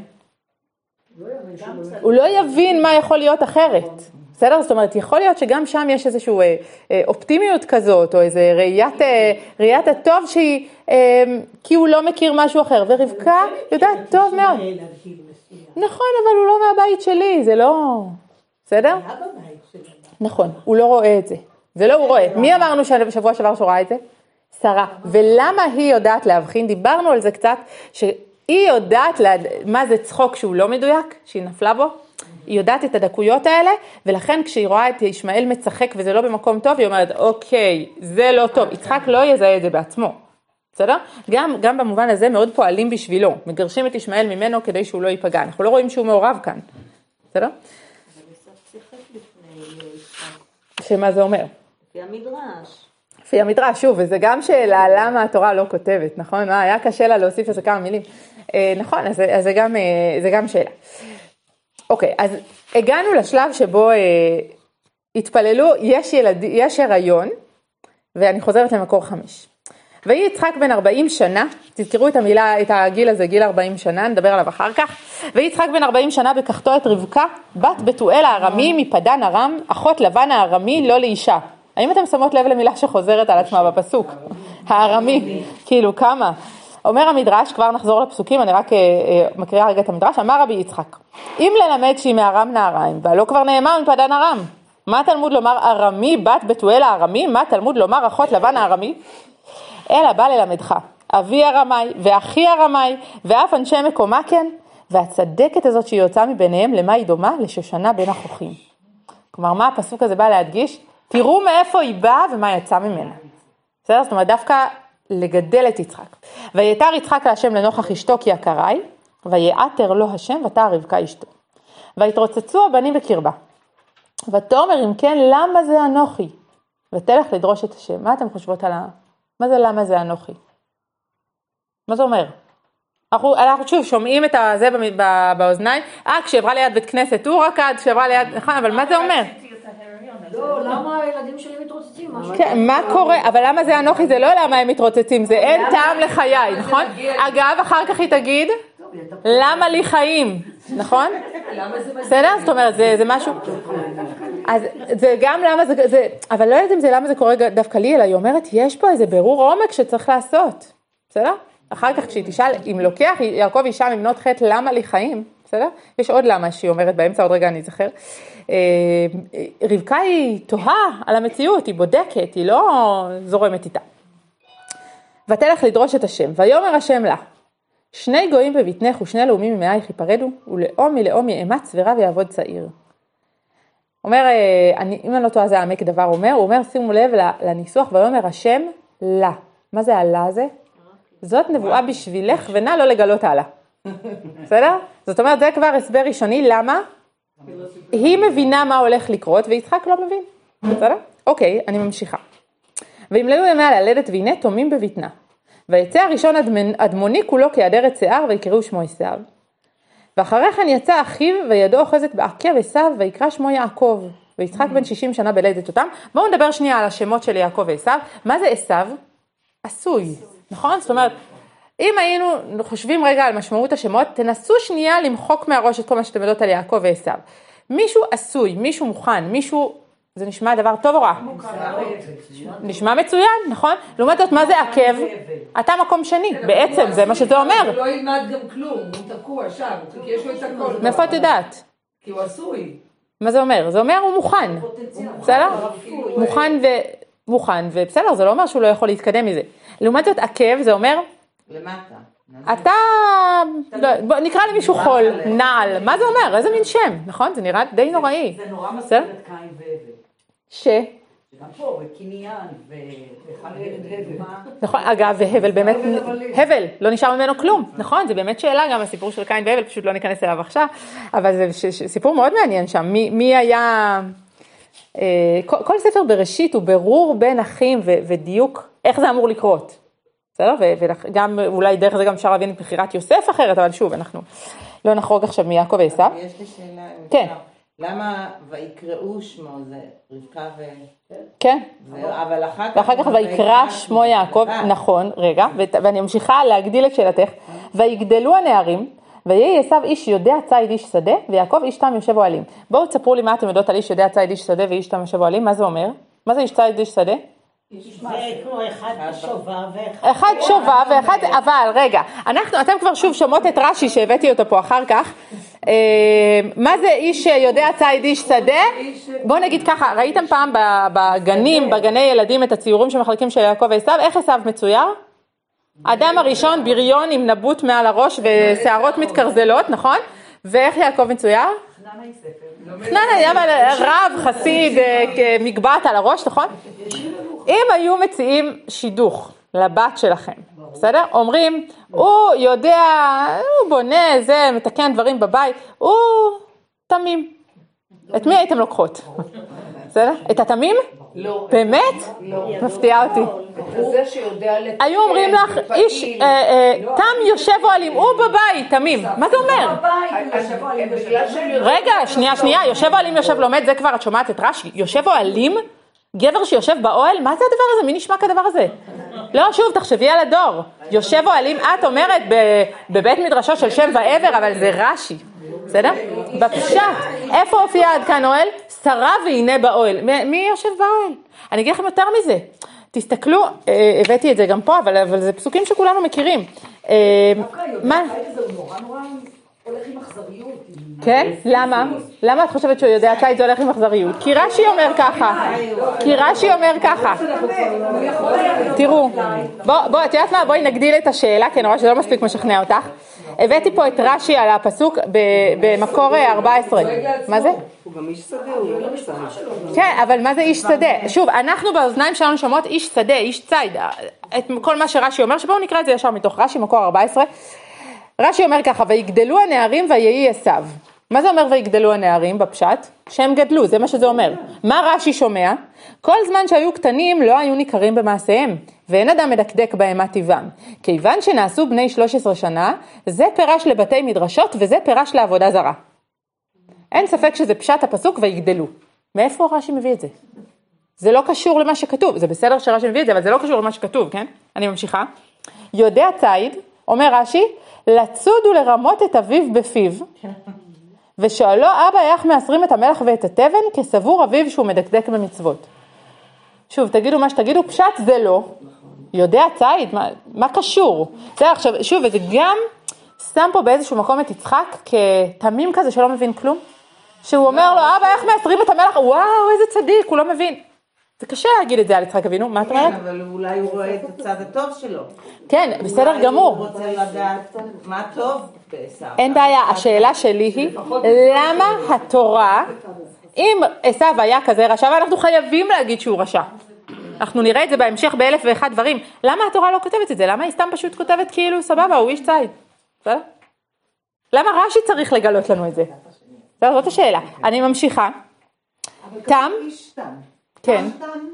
הוא לא יבין מה יכול להיות אחרת. בסדר? זאת אומרת, יכול להיות שגם שם יש איזושהי אה, אה, אופטימיות כזאת, או איזה ראיית, אה, ראיית הטוב שהיא, אה, כי הוא לא מכיר משהו אחר, ורבקה יודעת טוב מאוד. נכון, אבל הוא לא מהבית שלי, זה לא... בסדר? נכון, הוא לא רואה את זה. זה לא הוא רואה. מי אמרנו שבוע שעבר שהוא ראה את זה? שרה. ולמה היא יודעת להבחין? דיברנו על זה קצת, שהיא יודעת לה... מה זה צחוק שהוא לא מדויק, שהיא נפלה בו. היא יודעת את הדקויות האלה, ולכן כשהיא רואה את ישמעאל מצחק וזה לא במקום טוב, היא אומרת, אוקיי, זה לא טוב. יצחק לא יזהה את זה בעצמו. בסדר? גם, גם במובן הזה מאוד פועלים בשבילו. מגרשים את ישמעאל ממנו כדי שהוא לא ייפגע. אנחנו לא רואים שהוא מעורב כאן. בסדר? שמה זה אומר? לפי המדרש. לפי המדרש, שוב, וזה גם שאלה למה התורה לא כותבת, נכון? היה קשה לה להוסיף איזה כמה מילים. אה, נכון, אז, אז זה, גם, זה גם שאלה. אוקיי, אז הגענו לשלב שבו אה, התפללו, יש, ילד, יש הריון, ואני חוזרת למקור חמש. ויהי יצחק בן ארבעים שנה, תזכרו את המילה, את הגיל הזה, גיל ארבעים שנה, נדבר עליו אחר כך. ויהי יצחק בן ארבעים שנה בקחתו את רבקה, בת בתואל הארמי מפדן ארם, אחות לבן הארמי לא לאישה. האם אתם שמות לב למילה שחוזרת על עצמה בפסוק? הארמי, כאילו כמה? אומר המדרש, כבר נחזור לפסוקים, אני רק אה, אה, מקריאה רגע את המדרש, אמר רבי יצחק, אם ללמד שהיא מארם נהריים, והלא כבר נאמר מפדן ארם, מה תלמוד לומר ארמי בת בתואל הארמי, מה תלמוד לומר אחות לבן הארמי? אלא בא ללמדך, אבי ארמי ואחי ארמי, ואף אנשי מקומה כן, והצדקת הזאת שהיא יוצאה מביניהם, למה היא דומה? לשושנה בין החוכים. כלומר, מה הפסוק הזה בא להדגיש? תראו מאיפה היא באה ומה יצא ממנה. בסדר? זאת אומרת, דווקא לגדל את יצחק. ויתר יצחק להשם לנוכח אשתו כי יקרי, ויעתר לו השם ותער רבקה אשתו. ויתרוצצו הבנים בקרבה. ותאמר אם כן, למה זה אנוכי? ותלך לדרוש את השם. מה אתם חושבות על ה... מה זה למה זה אנוכי? מה זה אומר? אנחנו, אנחנו שוב שומעים את זה באוזניים, אה, כשעברה ליד בית כנסת, הוא רקד, כשעברה ליד, נכון, אבל מה זה אומר? לא, למה הילדים שלי מתרוצצים? כן, מה קורה? אבל למה זה אנוכי? זה לא למה הם מתרוצצים, זה אין טעם לחיי, נכון? אגב, אחר כך היא תגיד, למה לי חיים, נכון? בסדר? זאת אומרת, זה משהו... אז זה גם למה זה... אבל לא יודעת אם זה למה זה קורה דווקא לי, אלא היא אומרת, יש פה איזה ברור עומק שצריך לעשות, בסדר? אחר כך כשהיא תשאל, אם לוקח יעקב אישה מבנות חטא, למה לי חיים? בסדר? יש עוד למה שהיא אומרת באמצע, עוד רגע אני אזכר. רבקה היא תוהה על המציאות, היא בודקת, היא לא זורמת איתה. ותלך לדרוש את השם, ויאמר השם לה, שני גויים בבטנך ושני לאומים ממאייך ייפרדו, ולאום מלאום יאמץ ורב יעבוד צעיר. אומר, אני, אם אני לא טועה זה העמק דבר אומר, הוא אומר, שימו לב לניסוח, ויאמר השם לה. מה זה הלה הזה? זאת נבואה בשבילך ונא לא לגלות הלאה. בסדר? זאת אומרת, זה כבר הסבר ראשוני, למה? היא מבינה מה הולך לקרות, ויצחק לא מבין. בסדר? אוקיי, אני ממשיכה. וימלאו ימיה ללדת והנה תומים בבטנה. ויצא הראשון אדמוני כולו כעדרת שיער, ויקראו שמו עשיו. ואחרי כן יצא אחיו, וידו אוחזת בעקב עשיו, ויקרא שמו יעקב. ויצחק בן שישים שנה בלדת אותם. בואו נדבר שנייה על השמות של יעקב ועשיו. מה זה עשיו? עשוי. נכון? זאת אומרת, אם היינו חושבים רגע על משמעות השמות, תנסו שנייה למחוק מהראש את כל מה שאתם יודעות על יעקב ועשיו. מישהו עשוי, מישהו מוכן, מישהו, זה נשמע דבר טוב או רע? נשמע מצוין, נכון? לעומת זאת, מה זה עקב? אתה מקום שני, בעצם, זה מה שזה אומר. הוא לא ילמד גם כלום, הוא תקוע שם, כי יש לו את הכל. מאיפה את יודעת? כי הוא עשוי. מה זה אומר? זה אומר הוא מוכן. בסדר? מוכן ו... מוכן, ובסדר, זה לא אומר שהוא לא יכול להתקדם מזה. לעומת זאת, עקב, זה אומר... למטה. אתה... בוא, נקרא למישהו חול, נעל. מה זה אומר? איזה מין שם, נכון? זה נראה די נוראי. זה נורא מזכיר את קין והבל. ש? גם פה, קניין ואחד הבל. נכון, אגב, והבל באמת... הבל, לא נשאר ממנו כלום. נכון, זה באמת שאלה גם הסיפור של קין והבל, פשוט לא ניכנס אליו עכשיו. אבל זה סיפור מאוד מעניין שם. מי היה... כל, כל ספר בראשית הוא ברור בין אחים ו, ודיוק איך זה אמור לקרות. בסדר? וגם אולי דרך זה גם אפשר להבין את בחירת יוסף אחרת, אבל שוב, אנחנו לא נחרוג עכשיו מיעקב ועשיו. יש לי שאלה. כן. למה ויקראו שמו זה רבקה ו... כן. אבל אחר כך... ואחר כך ויקרא שמו יעקב, נכון, רגע, ואני ממשיכה להגדיל את שאלתך. ויגדלו הנערים, ויהי עשיו איש יודע ציד איש שדה, ויעקב איש תם יושב אוהלים. בואו תספרו לי מה אתם יודעות על איש יודע ציד איש שדה ואיש תם יושב אוהלים, מה זה אומר? מה זה איש ציד איש שדה? זה כמו אחד שובב ואחד... אחד שובב ואחד, אבל רגע, אנחנו, אתם כבר שוב שומעות את רש"י שהבאתי אותו פה אחר כך. מה זה איש יודע ציד איש שדה? בואו נגיד ככה, ראיתם פעם בגנים, בגני ילדים את הציורים שמחלקים של יעקב ועשיו, איך עשיו מצויר? אדם הראשון בריון עם נבוט מעל הראש ושערות מתקרזלות, נכון? ואיך יעקב מצויר? חננה היא ספר. חננה, אבל רב, חסיד, מגבעת על הראש, נכון? אם היו מציעים שידוך לבת שלכם, בסדר? אומרים, הוא יודע, הוא בונה, זה, מתקן דברים בבית, הוא תמים. את מי הייתם לוקחות? בסדר? את התמים? לא. באמת? לא. מפתיעה אותי. זה שיודע לתקן. היו אומרים לך, איש, תם יושב אוהלים, הוא בבית, תמים. מה זה אומר? רגע, שנייה, שנייה, יושב אוהלים, יושב לומד, זה כבר את שומעת את רש"י. יושב אוהלים, גבר שיושב באוהל, מה זה הדבר הזה? מי נשמע כדבר הזה? לא, שוב, תחשבי על הדור. יושב אוהלים, את אומרת בבית מדרשו של שם ועבר, אבל זה רש"י. בסדר? בפשט. איפה הופיע עד כאן אוהל? שרה והנה באוהל. מי יושב באוהל? אני אגיד לכם יותר מזה. תסתכלו, הבאתי את זה גם פה, אבל זה פסוקים שכולנו מכירים. מה? הולך עם אכזריות. כן? למה? למה את חושבת שהוא יודע ציד זה הולך עם אכזריות? כי רש"י אומר ככה. כי רש"י אומר ככה. תראו, בוא, את יודעת מה? בואי נגדיל את השאלה, כי אני רואה שזה לא מספיק משכנע אותך. הבאתי פה את רש"י על הפסוק במקור ארבע עשרה. מה זה? הוא גם איש שדה, הוא לא מצד. כן, אבל מה זה איש שדה? שוב, אנחנו באוזניים שלנו שומעות איש שדה, איש ציד. את כל מה שרש"י אומר, שבואו נקרא את זה ישר מתוך רש"י, מקור ארבע עשרה. רש"י אומר ככה, ויגדלו הנערים ויהי עשיו. מה זה אומר ויגדלו הנערים בפשט? שהם גדלו, זה מה שזה אומר. מה רש"י שומע? כל זמן שהיו קטנים לא היו ניכרים במעשיהם, ואין אדם מדקדק בהם מה טבעם. כיוון שנעשו בני שלוש עשרה שנה, זה פירש לבתי מדרשות וזה פירש לעבודה זרה. אין ספק שזה פשט הפסוק ויגדלו. מאיפה רש"י מביא את זה? זה לא קשור למה שכתוב, זה בסדר שרש"י מביא את זה, אבל זה לא קשור למה שכתוב, כן? אני ממשיכה. יודע ציד, אומר רש"י, לצוד ולרמות את אביו בפיו, ושאלו אבא איך מאסרים את המלח ואת התבן, כסבור אביו שהוא מדקדק במצוות. שוב, תגידו מה שתגידו, פשט זה לא. יודע ציד, מה, מה קשור? זה עכשיו, שוב, וזה גם שם פה באיזשהו מקום את יצחק, כתמים כזה שלא מבין כלום, שהוא אומר לו, אבא איך מאסרים את המלח, וואו, איזה צדיק, הוא לא מבין. זה קשה להגיד את זה על יצחק אבינו, מה את אומרת? כן, אבל אולי הוא רואה את הצד הטוב שלו. כן, בסדר גמור. הוא רוצה לדעת מה טוב בעשיו. אין בעיה, השאלה שלי היא, למה התורה, אם עשיו היה כזה רשע, ואנחנו חייבים להגיד שהוא רשע. אנחנו נראה את זה בהמשך באלף ואחד דברים. למה התורה לא כותבת את זה? למה היא סתם פשוט כותבת כאילו סבבה, הוא איש ציד? בסדר? למה רש"י צריך לגלות לנו את זה? זאת השאלה. אני ממשיכה. תם? כן.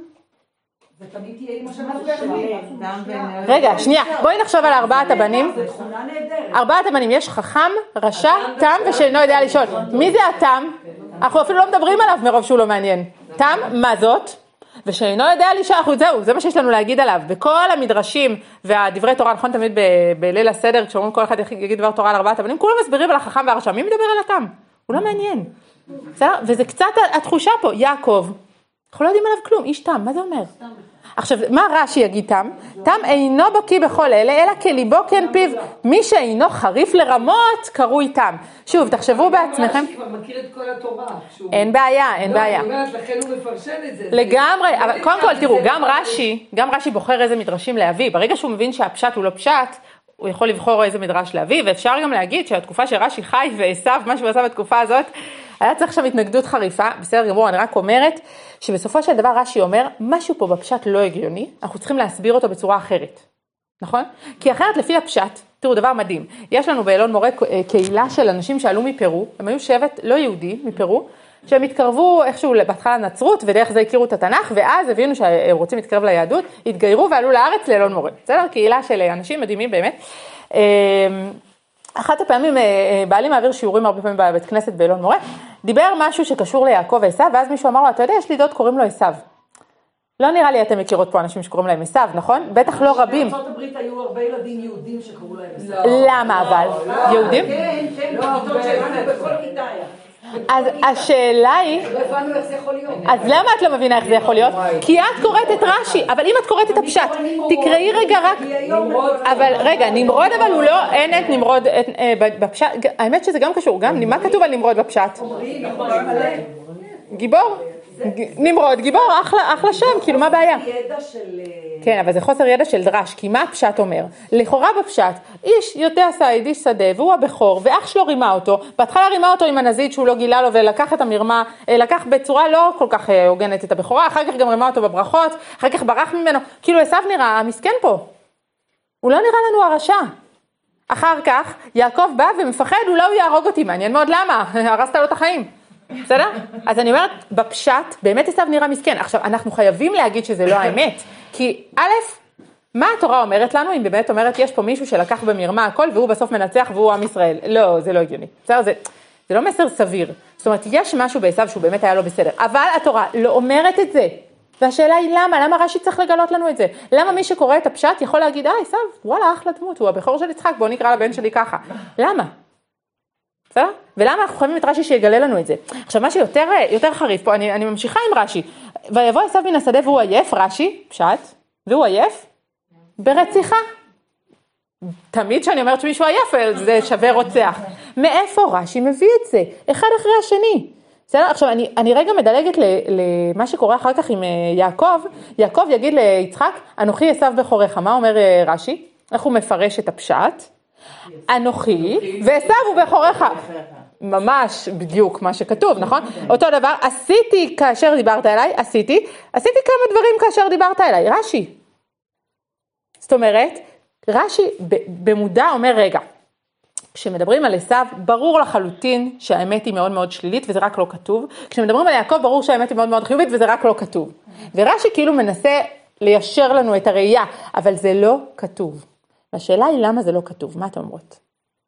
זה תמיד תהיה אמא שלנו. רגע, שנייה, בואי נחשוב על ארבעת הבנים. זה תכונה נהדרת. ארבעת הבנים, יש חכם, רשע, תם ושאינו יודע לשאול. מי זה התם? אנחנו אפילו לא מדברים עליו מרוב שהוא לא מעניין. תם, מה זאת? ושאינו יודע לשאול, זהו, זה מה שיש לנו להגיד עליו. בכל המדרשים והדברי תורה, נכון תמיד בליל הסדר, כשאומרים כל אחד יגיד דבר תורה על ארבעת הבנים, כולם מסבירים על החכם והרשע. מי מדבר על התם? הוא לא מעניין. וזה קצת התחושה פה, יעקב. אנחנו לא יודעים עליו כלום, איש תם, מה זה אומר? עכשיו, מה רש"י יגיד תם? תם אינו בקיא בכל אלה, אלא כליבו כן פיו. מי שאינו חריף לרמות, קרוי תם. שוב, תחשבו בעצמכם. רש"י כבר מכיר את כל התורה. אין בעיה, אין בעיה. אני אומרת, לכן הוא מפרשן את זה. לגמרי, אבל קודם כל, תראו, גם רש"י, גם רש"י בוחר איזה מדרשים להביא. ברגע שהוא מבין שהפשט הוא לא פשט, הוא יכול לבחור איזה מדרש להביא, ואפשר גם להגיד שהתקופה שרש"י חי ועשיו, מה שהוא עשה בתקופה הזאת, היה צריך שם התנגדות חריפה, בסדר גמור, אני רק אומרת, שבסופו של דבר רש"י אומר, משהו פה בפשט לא הגיוני, אנחנו צריכים להסביר אותו בצורה אחרת, נכון? כי אחרת לפי הפשט, תראו דבר מדהים, יש לנו באלון מורה קהילה של אנשים שעלו מפרו, הם היו שבט לא יהודי מפרו, שהם התקרבו איכשהו בהתחלה לנצרות, ודרך זה הכירו את התנ"ך, ואז הבינו שהם רוצים להתקרב ליהדות, התגיירו ועלו לארץ לאלון מורה, בסדר? קהילה של אנשים מדהימים באמת. אחת הפעמים בעלי מעביר שיעורים הרבה פעמים בבית כנסת באלון מורה, דיבר משהו שקשור ליעקב ועשיו, ואז מישהו אמר לו, אתה יודע, יש לי דוד קוראים לו עשיו. לא נראה לי אתם מכירות פה אנשים שקוראים להם עשיו, נכון? בטח לא רבים. בארצות הברית היו הרבה ילדים יהודים שקראו להם עשיו. למה אבל? יהודים? כן, כן, בכיתות שלנו בכל כיתה היה. אז השאלה היא, לא הבנו איך זה יכול להיות. אז למה את לא מבינה איך זה יכול להיות? כי את קוראת את רש"י, אבל אם את קוראת את הפשט, תקראי רגע רק, אבל רגע, נמרוד אבל הוא לא, אין את נמרוד בפשט, האמת שזה גם קשור, גם מה כתוב על נמרוד בפשט? גיבור? נמרוד, גיבור, אחלה, אחלה שם, כאילו מה הבעיה? כן, אבל זה חוסר ידע של דרש, כי מה הפשט אומר? לכאורה בפשט, איש יודע ציד, איש שדה, והוא הבכור, ואח שלו רימה אותו, בהתחלה רימה אותו עם הנזיד שהוא לא גילה לו, ולקח את המרמה, לקח בצורה לא כל כך הוגנת את הבכורה, אחר כך גם רימה אותו בברכות, אחר כך ברח ממנו, כאילו עשיו נראה, המסכן פה, הוא לא נראה לנו הרשע. אחר כך, יעקב בא ומפחד, אולי הוא יהרוג אותי, מעניין מאוד למה, הרסת לו את החיים. בסדר? אז אני אומרת, בפשט, באמת עשיו נראה מסכן. עכשיו, אנחנו חייבים להגיד שזה לא האמת, כי א', מה התורה אומרת לנו, אם באמת אומרת, יש פה מישהו שלקח במרמה הכל, והוא בסוף מנצח, והוא עם ישראל. לא, זה לא הגיוני. בסדר? זה, זה לא מסר סביר. זאת אומרת, יש משהו בעשיו שהוא באמת היה לא בסדר, אבל התורה לא אומרת את זה. והשאלה היא למה? למה רש"י צריך לגלות לנו את זה? למה מי שקורא את הפשט יכול להגיד, אה, עשיו, וואלה, אחלה דמות, הוא הבכור של יצחק, בוא נקרא לבן שלי ככה. למה? בסדר? ולמה אנחנו חייבים את רש"י שיגלה לנו את זה? עכשיו, מה שיותר יותר חריף פה, אני, אני ממשיכה עם רש"י. ויבוא עשיו מן השדה והוא עייף, רש"י, פשט, והוא עייף, ברציחה. תמיד שאני אומרת שמישהו עייף, זה שווה רוצח. מאיפה רש"י מביא את זה? אחד אחרי השני. בסדר? עכשיו, אני, אני רגע מדלגת למה שקורה אחר כך עם יעקב. יעקב יגיד ליצחק, אנוכי עשיו בכורך. מה אומר רש"י? איך הוא מפרש את הפשט? אנוכי ועשיו הוא בכורך. ממש בדיוק מה שכתוב, נכון? אותו דבר, עשיתי כאשר דיברת אליי, עשיתי, עשיתי כמה דברים כאשר דיברת אליי, רש"י. זאת אומרת, רש"י במודע אומר, רגע, כשמדברים על עשיו, ברור לחלוטין שהאמת היא מאוד מאוד שלילית, וזה רק לא כתוב. כשמדברים על יעקב, ברור שהאמת היא מאוד מאוד חיובית, וזה רק לא כתוב. ורש"י כאילו מנסה ליישר לנו את הראייה, אבל זה לא כתוב. והשאלה היא למה זה לא כתוב, מה אתם אומרות?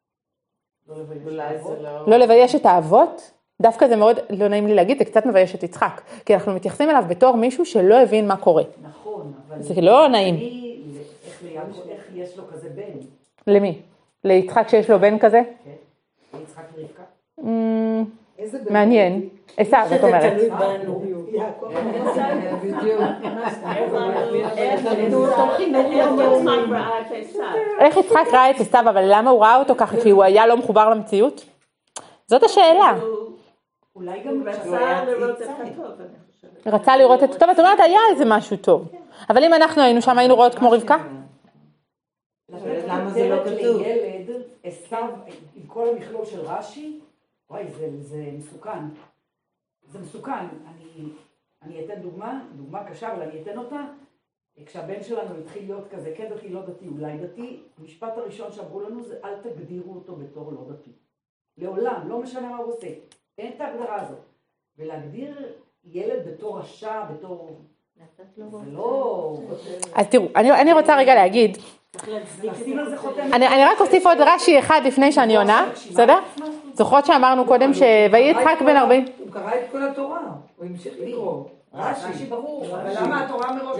לא לבייש את האבות? דווקא זה מאוד, לא נעים לי להגיד, זה קצת מבייש את יצחק, כי אנחנו מתייחסים אליו בתור מישהו שלא הבין מה קורה. נכון, אבל... זה לא נעים. איך יש לו כזה בן? למי? ליצחק שיש לו בן כזה? כן, ליצחק ורבקה. מעניין. עשיו, זאת אומרת. איך יצחק ראה את עשיו, אבל למה הוא ראה אותו ככה? כי הוא היה לא מחובר למציאות? זאת השאלה. אולי גם רצה לראות את הטוב. רצה לראות את הטוב, את אומרת, היה איזה משהו טוב. אבל אם אנחנו היינו שם, היינו רואות כמו רבקה? למה זה לא כתוב? לילד, עשיו, עם כל המכלול של רש"י, וואי, זה, זה מסוכן. זה מסוכן. אני, אני אתן דוגמה, דוגמה קשה, אבל אני אתן אותה. כשהבן שלנו התחיל להיות כזה, כן דתי, לא דתי, אולי דתי, המשפט הראשון שאמרו לנו זה, אל תגדירו אותו בתור לא דתי. לעולם, לא משנה מה הוא עושה. אין את ההגדרה הזאת. ולהגדיר ילד בתור רשע, בתור... זה לא... אז תראו, אני, אני רוצה רגע להגיד, אני, אני רק אוסיף עוד רש"י אחד לפני שאני עונה, בסדר? זוכרות שאמרנו קודם שויהי יצחק בן ארבעים. הוא קרא את כל התורה, הוא המשיך לקרוא. רש"י ברור. אבל למה התורה מראש?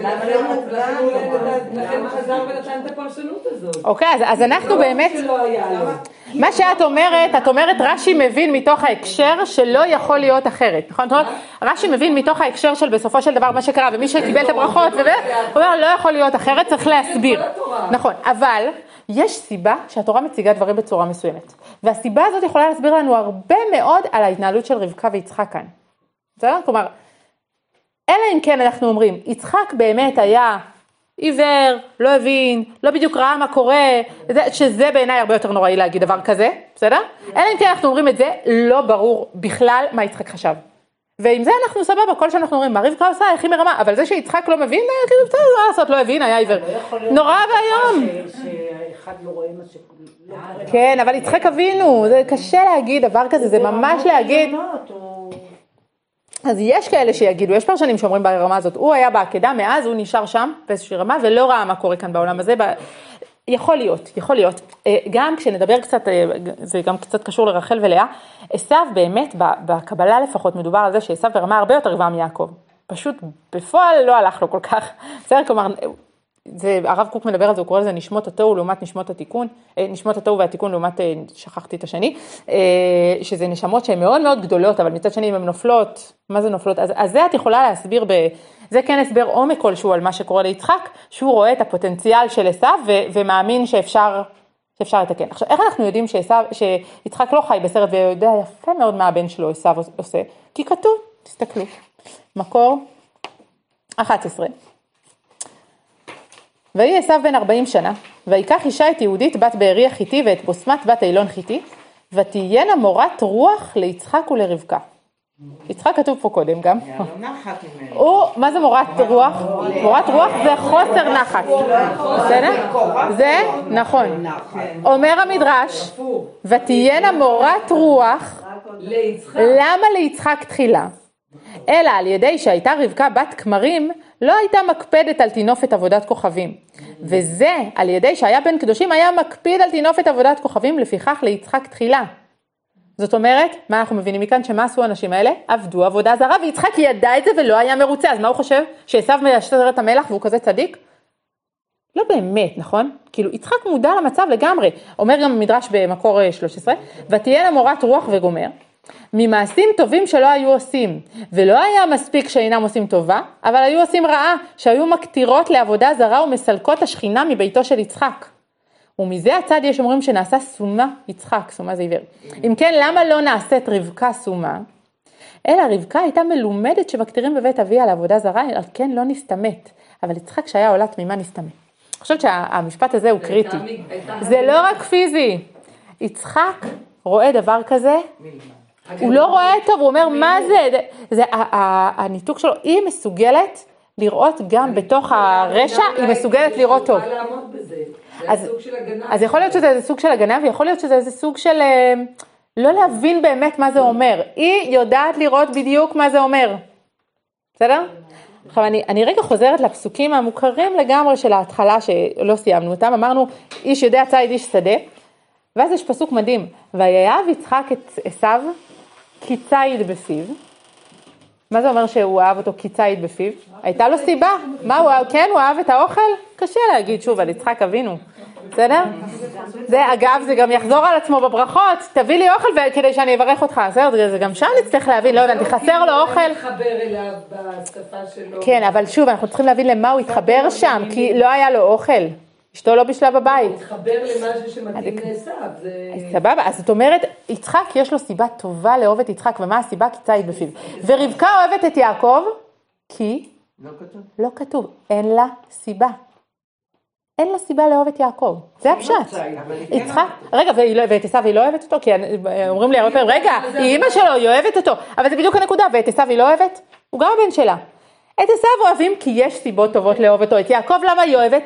לכן חזר ונתן את הפרשנות הזאת. אוקיי, אז אנחנו באמת, מה שאת אומרת, את אומרת רש"י מבין מתוך ההקשר שלא יכול להיות אחרת, נכון? זאת אומרת, רש"י מבין מתוך ההקשר של בסופו של דבר מה שקרה, ומי שקיבל את הברכות, הוא אומר, לא יכול להיות אחרת, צריך להסביר. נכון, אבל יש סיבה שהתורה מציגה דברים בצורה מסוימת, והסיבה הזאת יכולה להסביר לנו הרבה מאוד על ההתנהלות של רבקה ויצחק כאן. בסדר? כלומר, אלא אם כן אנחנו אומרים, יצחק באמת היה עיוור, לא הבין, לא בדיוק ראה מה קורה, שזה בעיניי הרבה יותר נוראי להגיד דבר כזה, בסדר? אלא אם כן אנחנו אומרים את זה, לא ברור בכלל מה יצחק חשב. ועם זה אנחנו סבבה, כל שאנחנו אומרים, מה רבקה עושה, איך היא מרמה, אבל זה שיצחק לא מבין, כאילו בסדר, מה לעשות, לא הבין, היה עיוור. נורא והיום. שאחד לא רואה מה ש... כן, אבל יצחק אבינו, זה קשה להגיד דבר כזה, זה ממש להגיד... אז יש כאלה שיגידו, יש פרשנים שאומרים ברמה הזאת, הוא היה בעקדה, מאז הוא נשאר שם באיזושהי רמה, ולא ראה מה קורה כאן בעולם הזה. יכול להיות, יכול להיות. גם כשנדבר קצת, זה גם קצת קשור לרחל ולאה, עשיו באמת, בקבלה לפחות מדובר על זה, שעשיו ברמה הרבה יותר גבוהה מיעקב. פשוט בפועל לא הלך לו כל כך. בסדר, כלומר, זה, הרב קוק מדבר על זה, הוא קורא לזה נשמות התוהו לעומת נשמות התיקון, נשמות התוהו והתיקון לעומת, שכחתי את השני, שזה נשמות שהן מאוד מאוד גדולות, אבל מצד שני אם הן נופלות, מה זה נופלות? אז, אז זה את יכולה להסביר, ב, זה כן הסבר עומק כלשהו על מה שקורה ליצחק, שהוא רואה את הפוטנציאל של עשיו ו, ומאמין שאפשר, שאפשר לתקן. עכשיו, איך אנחנו יודעים שעשיו, שיצחק לא חי בסרט ויודע יפה מאוד מה הבן שלו עשיו עושה? כי כתוב, תסתכלו, מקור אחת עשרה. ויהי עשיו בן ארבעים שנה, ויקח אישה את יהודית בת בארי החיתי ואת בוסמת בת אילון חיתי, ותהיינה מורת רוח ליצחק ולרבקה. יצחק כתוב פה קודם גם. הוא, מה זה מורת רוח? מורת רוח זה חוסר נחת. זה נכון. אומר המדרש, ותהיינה מורת רוח, למה ליצחק תחילה? אלא על ידי שהייתה רבקה בת כמרים, לא הייתה מקפדת על תינופת עבודת כוכבים. וזה על ידי שהיה בן קדושים היה מקפיד על תינופת עבודת כוכבים, לפיכך ליצחק תחילה. זאת אומרת, מה אנחנו מבינים מכאן? שמה עשו האנשים האלה? עבדו עבודה זרה, ויצחק ידע את זה ולא היה מרוצה. אז מה הוא חושב? שעשיו מיישר את המלח והוא כזה צדיק? לא באמת, נכון? כאילו, יצחק מודע למצב לגמרי. אומר גם מדרש במקור שלוש עשרה, ותהיה למורת רוח וגומר, ממעשים טובים שלא היו עושים, ולא היה מספיק שאינם עושים טובה, אבל היו עושים רעה, שהיו מקטירות לעבודה זרה ומסלקות השכינה מביתו של יצחק. ומזה הצד יש אומרים שנעשה סומה יצחק, סומה זה עיוור. אם כן, למה לא נעשית רבקה סומה? אלא רבקה הייתה מלומדת שמקטירים בבית אביה לעבודה זרה, על כן לא נסתמת. אבל יצחק שהיה עולה תמימה נסתמת. אני חושבת שהמשפט הזה הוא קריטי. זה לא רק פיזי. יצחק רואה דבר כזה, הוא לא רואה טוב, הוא אומר מה זה? זה הניתוק שלו, היא מסוגלת לראות גם בתוך הרשע, היא מסוגלת לראות טוב. אז יכול להיות שזה איזה סוג של הגנה, ויכול להיות שזה איזה סוג של לא להבין באמת מה זה אומר. היא יודעת לראות בדיוק מה זה אומר. בסדר? עכשיו אני, אני רגע חוזרת לפסוקים המוכרים לגמרי של ההתחלה שלא סיימנו אותם. אמרנו, איש יודע ציד איש שדה, ואז יש פסוק מדהים. ויאהב יצחק את עשיו כי ציד בפיו. מה זה אומר שהוא אהב אותו כי ציד בפיו? הייתה לו סיבה. מה הוא אהב? כן, הוא אהב את האוכל? קשה להגיד שוב על יצחק אבינו. בסדר? זה אגב, זה גם יחזור על עצמו בברכות. תביא לי אוכל כדי שאני אברך אותך. זה גם שם נצטרך להבין, לא יודע, תחסר לו אוכל. להתחבר אליו בשפה שלו. כן, אבל שוב, אנחנו צריכים להבין למה הוא התחבר שם, כי לא היה לו אוכל. אשתו לא בשלה בבית. הוא התחבר למשהו שמתאים לעשיו. סבבה, אז זאת אומרת, יצחק יש לו סיבה טובה לאהוב את יצחק, ומה הסיבה? כי ציד בפיו. ורבקה אוהבת את יעקב, כי לא כתוב. לא כתוב, אין לה סיבה. אין לה סיבה לאהוב את יעקב. זה הפשט. יצחק, רגע, ואת עשיו היא לא אוהבת אותו? כי אומרים לי הרבה פעמים, רגע, היא אמא שלו, היא אוהבת אותו. אבל זה בדיוק הנקודה, ואת עשיו היא לא אוהבת? הוא גם הבן שלה. את עשיו אוהבים כי יש סיבות טובות לאהוב אותו. את יעקב למה היא אוהבת?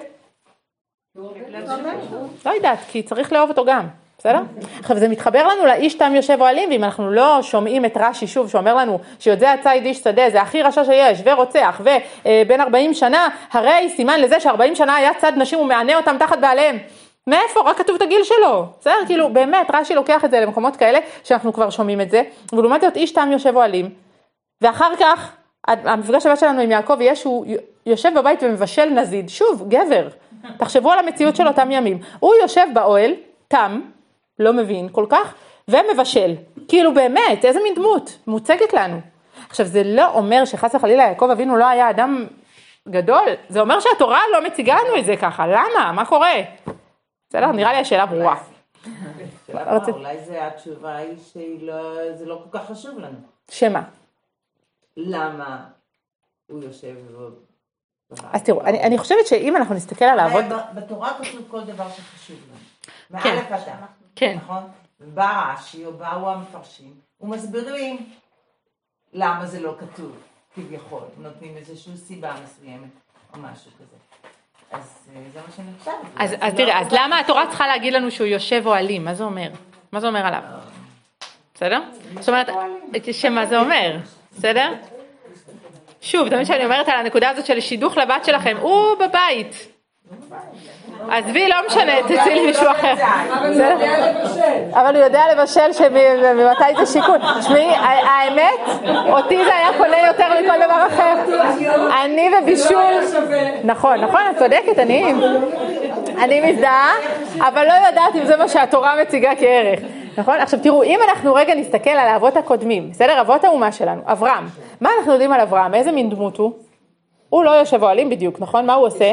לא יודעת, כי צריך לאהוב אותו גם. בסדר? עכשיו זה מתחבר לנו לאיש תם יושב אוהלים, ואם אנחנו לא שומעים את רש"י שוב שאומר לנו שיודע ציד איש שדה, זה הכי רשע שיש, ורוצח, ובין ארבעים שנה, הרי סימן לזה ש-ארבעים שנה היה צד נשים ומענה אותם תחת בעליהם. מאיפה? רק כתוב את הגיל שלו. בסדר? כאילו באמת רש"י לוקח את זה למקומות כאלה שאנחנו כבר שומעים את זה, ולעומת זאת איש תם יושב אוהלים, ואחר כך המפגש הבא שלנו עם יעקב יהיה שהוא יושב בבית ומבשל נזיד, שוב, גבר. תחשבו על המציאות של אותם ימים. הוא יושב באוהל, תם, לא מבין כל כך, ומבשל. כאילו באמת, איזה מין דמות מוצגת לנו. עכשיו, זה לא אומר שחס וחלילה יעקב אבינו לא היה אדם גדול, זה אומר שהתורה לא מציגה לנו את זה ככה. למה? מה קורה? בסדר, נראה לי השאלה ברורה. אולי זה התשובה היא שזה לא כל כך חשוב לנו. שמה? למה הוא יושב אז תראו, אני, אני חושבת שאם אנחנו נסתכל על העבוד... בתורה כתוב כל דבר שחשוב לנו. כן. מאלף עד תף. כן. נכון? ובא רש"י או באו המפרשים ומסבירים למה זה לא כתוב, כביכול. נותנים איזושהי סיבה מסוימת או משהו כזה. אז זה מה שאני חושבת. אז, אז תראה, אז למה התורה צריכה להגיד לנו שהוא יושב אוהלים? מה זה אומר? מה זה אומר עליו? בסדר? זאת אומרת, שמה זה אומר? בסדר? שוב, תמיד שאני אומרת על הנקודה הזאת של שידוך לבת שלכם, הוא בבית. עזבי, לא משנה, תצאי לי מישהו אחר. אבל הוא יודע לבשל. אבל הוא יודע לבשל שממתי זה שיקול. שמי, האמת, אותי זה היה קונה יותר מכל דבר אחר. אני ובישול. נכון, נכון, את צודקת, אני אני מזדהה, אבל לא יודעת אם זה מה שהתורה מציגה כערך. נכון? עכשיו תראו, אם אנחנו רגע נסתכל על האבות הקודמים, בסדר? אבות האומה שלנו, אברהם. מה אנחנו יודעים על אברהם? איזה מין דמות הוא? הוא לא יושב אוהלים בדיוק, נכון? מה הוא עושה?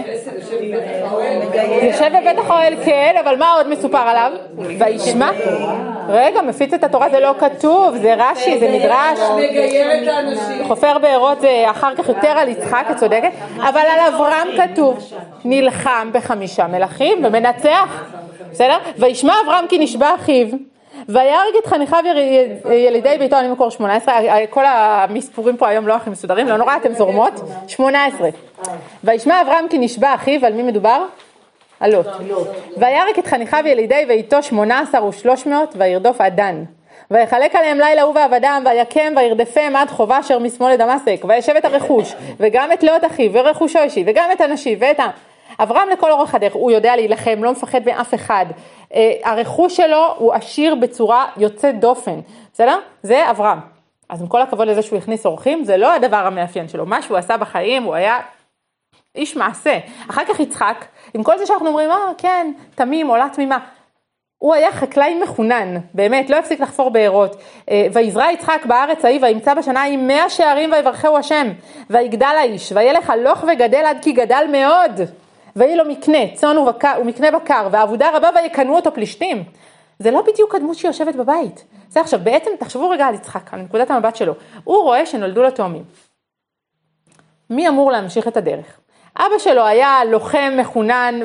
יושב בבית החואל, כן, אבל מה עוד מסופר עליו? וישמע? רגע, מפיץ את התורה, זה לא כתוב, זה רש"י, זה מדרש. חופר בארות זה אחר כך יותר על יצחק, את צודקת, אבל על אברהם כתוב, נלחם בחמישה מלכים ומנצח. בסדר? וישמע אברהם כי נשבע אחיו. ויהרג את חניכיו ילידי ביתו, אני מקור שמונה עשרה, כל המספורים פה היום לא הכי מסודרים, לא נורא, אתם זורמות, שמונה עשרה. וישמע אברהם כי נשבע אחיו, על מי מדובר? על לוט. ויהרג את חניכיו ילידי ביתו שמונה עשרה ושלוש מאות, וירדוף עדן. ויחלק עליהם לילה הוא ועבדם, ויקם וירדפם עד חובה אשר משמאל לדמשק, וישב את הרכוש, וגם את לוט אחיו, ורכושו אישי, וגם את אנשיו, ואת העם. אברהם לכל אורך הדרך, הוא יודע להילחם, לא מפחד מאף אחד. הרכוש שלו הוא עשיר בצורה יוצאת דופן. בסדר? זה אברהם. אז עם כל הכבוד לזה שהוא הכניס אורחים, זה לא הדבר המאפיין שלו. מה שהוא עשה בחיים, הוא היה איש מעשה. אחר כך יצחק, עם כל זה שאנחנו אומרים, אה, כן, תמים, עולה תמימה. הוא היה חקלאי מחונן, באמת, לא הפסיק לחפור בארות. ויזרע יצחק בארץ ההיא, וימצא בשנה עם מאה שערים ויברכהו השם. ויגדל האיש, וילך הלוך וגדל עד כי גדל מאוד. ויהי לו מקנה, צאן ומקנה בקר, ועבודה רבה ויקנו אותו פלישתים. זה לא בדיוק הדמות שיושבת בבית. זה עכשיו, בעצם תחשבו רגע על יצחק, על נקודת המבט שלו. הוא רואה שנולדו לו תאומים. מי אמור להמשיך את הדרך? אבא שלו היה לוחם מחונן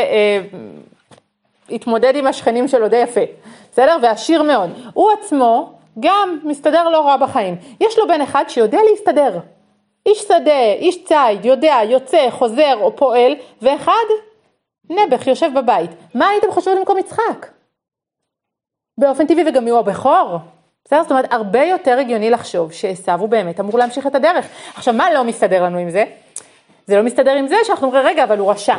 והתמודד עם השכנים שלו די יפה. בסדר? ועשיר מאוד. הוא עצמו גם מסתדר לא רע בחיים. יש לו בן אחד שיודע להסתדר. איש שדה, איש צייד, יודע, יוצא, חוזר או פועל, ואחד נבח יושב בבית. מה הייתם חושבים במקום יצחק? באופן טבעי וגם הוא הבכור. בסדר? זאת אומרת, הרבה יותר הגיוני לחשוב שעשיו הוא באמת אמור להמשיך את הדרך. עכשיו, מה לא מסתדר לנו עם זה? זה לא מסתדר עם זה שאנחנו אומרים, רגע, אבל הוא רשע.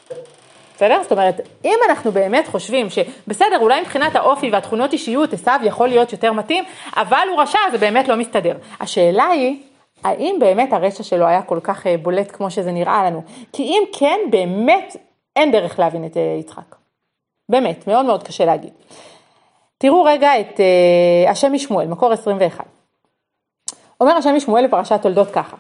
בסדר? זאת אומרת, אם אנחנו באמת חושבים שבסדר, אולי מבחינת האופי והתכונות אישיות, עשיו יכול להיות יותר מתאים, אבל הוא רשע, זה באמת לא מסתדר. השאלה היא, האם באמת הרשע שלו היה כל כך בולט כמו שזה נראה לנו? כי אם כן, באמת אין דרך להבין את יצחק. באמת, מאוד מאוד קשה להגיד. תראו רגע את uh, השם משמואל, מקור עשרים ואחת. אומר השם משמואל לפרשת תולדות ככה,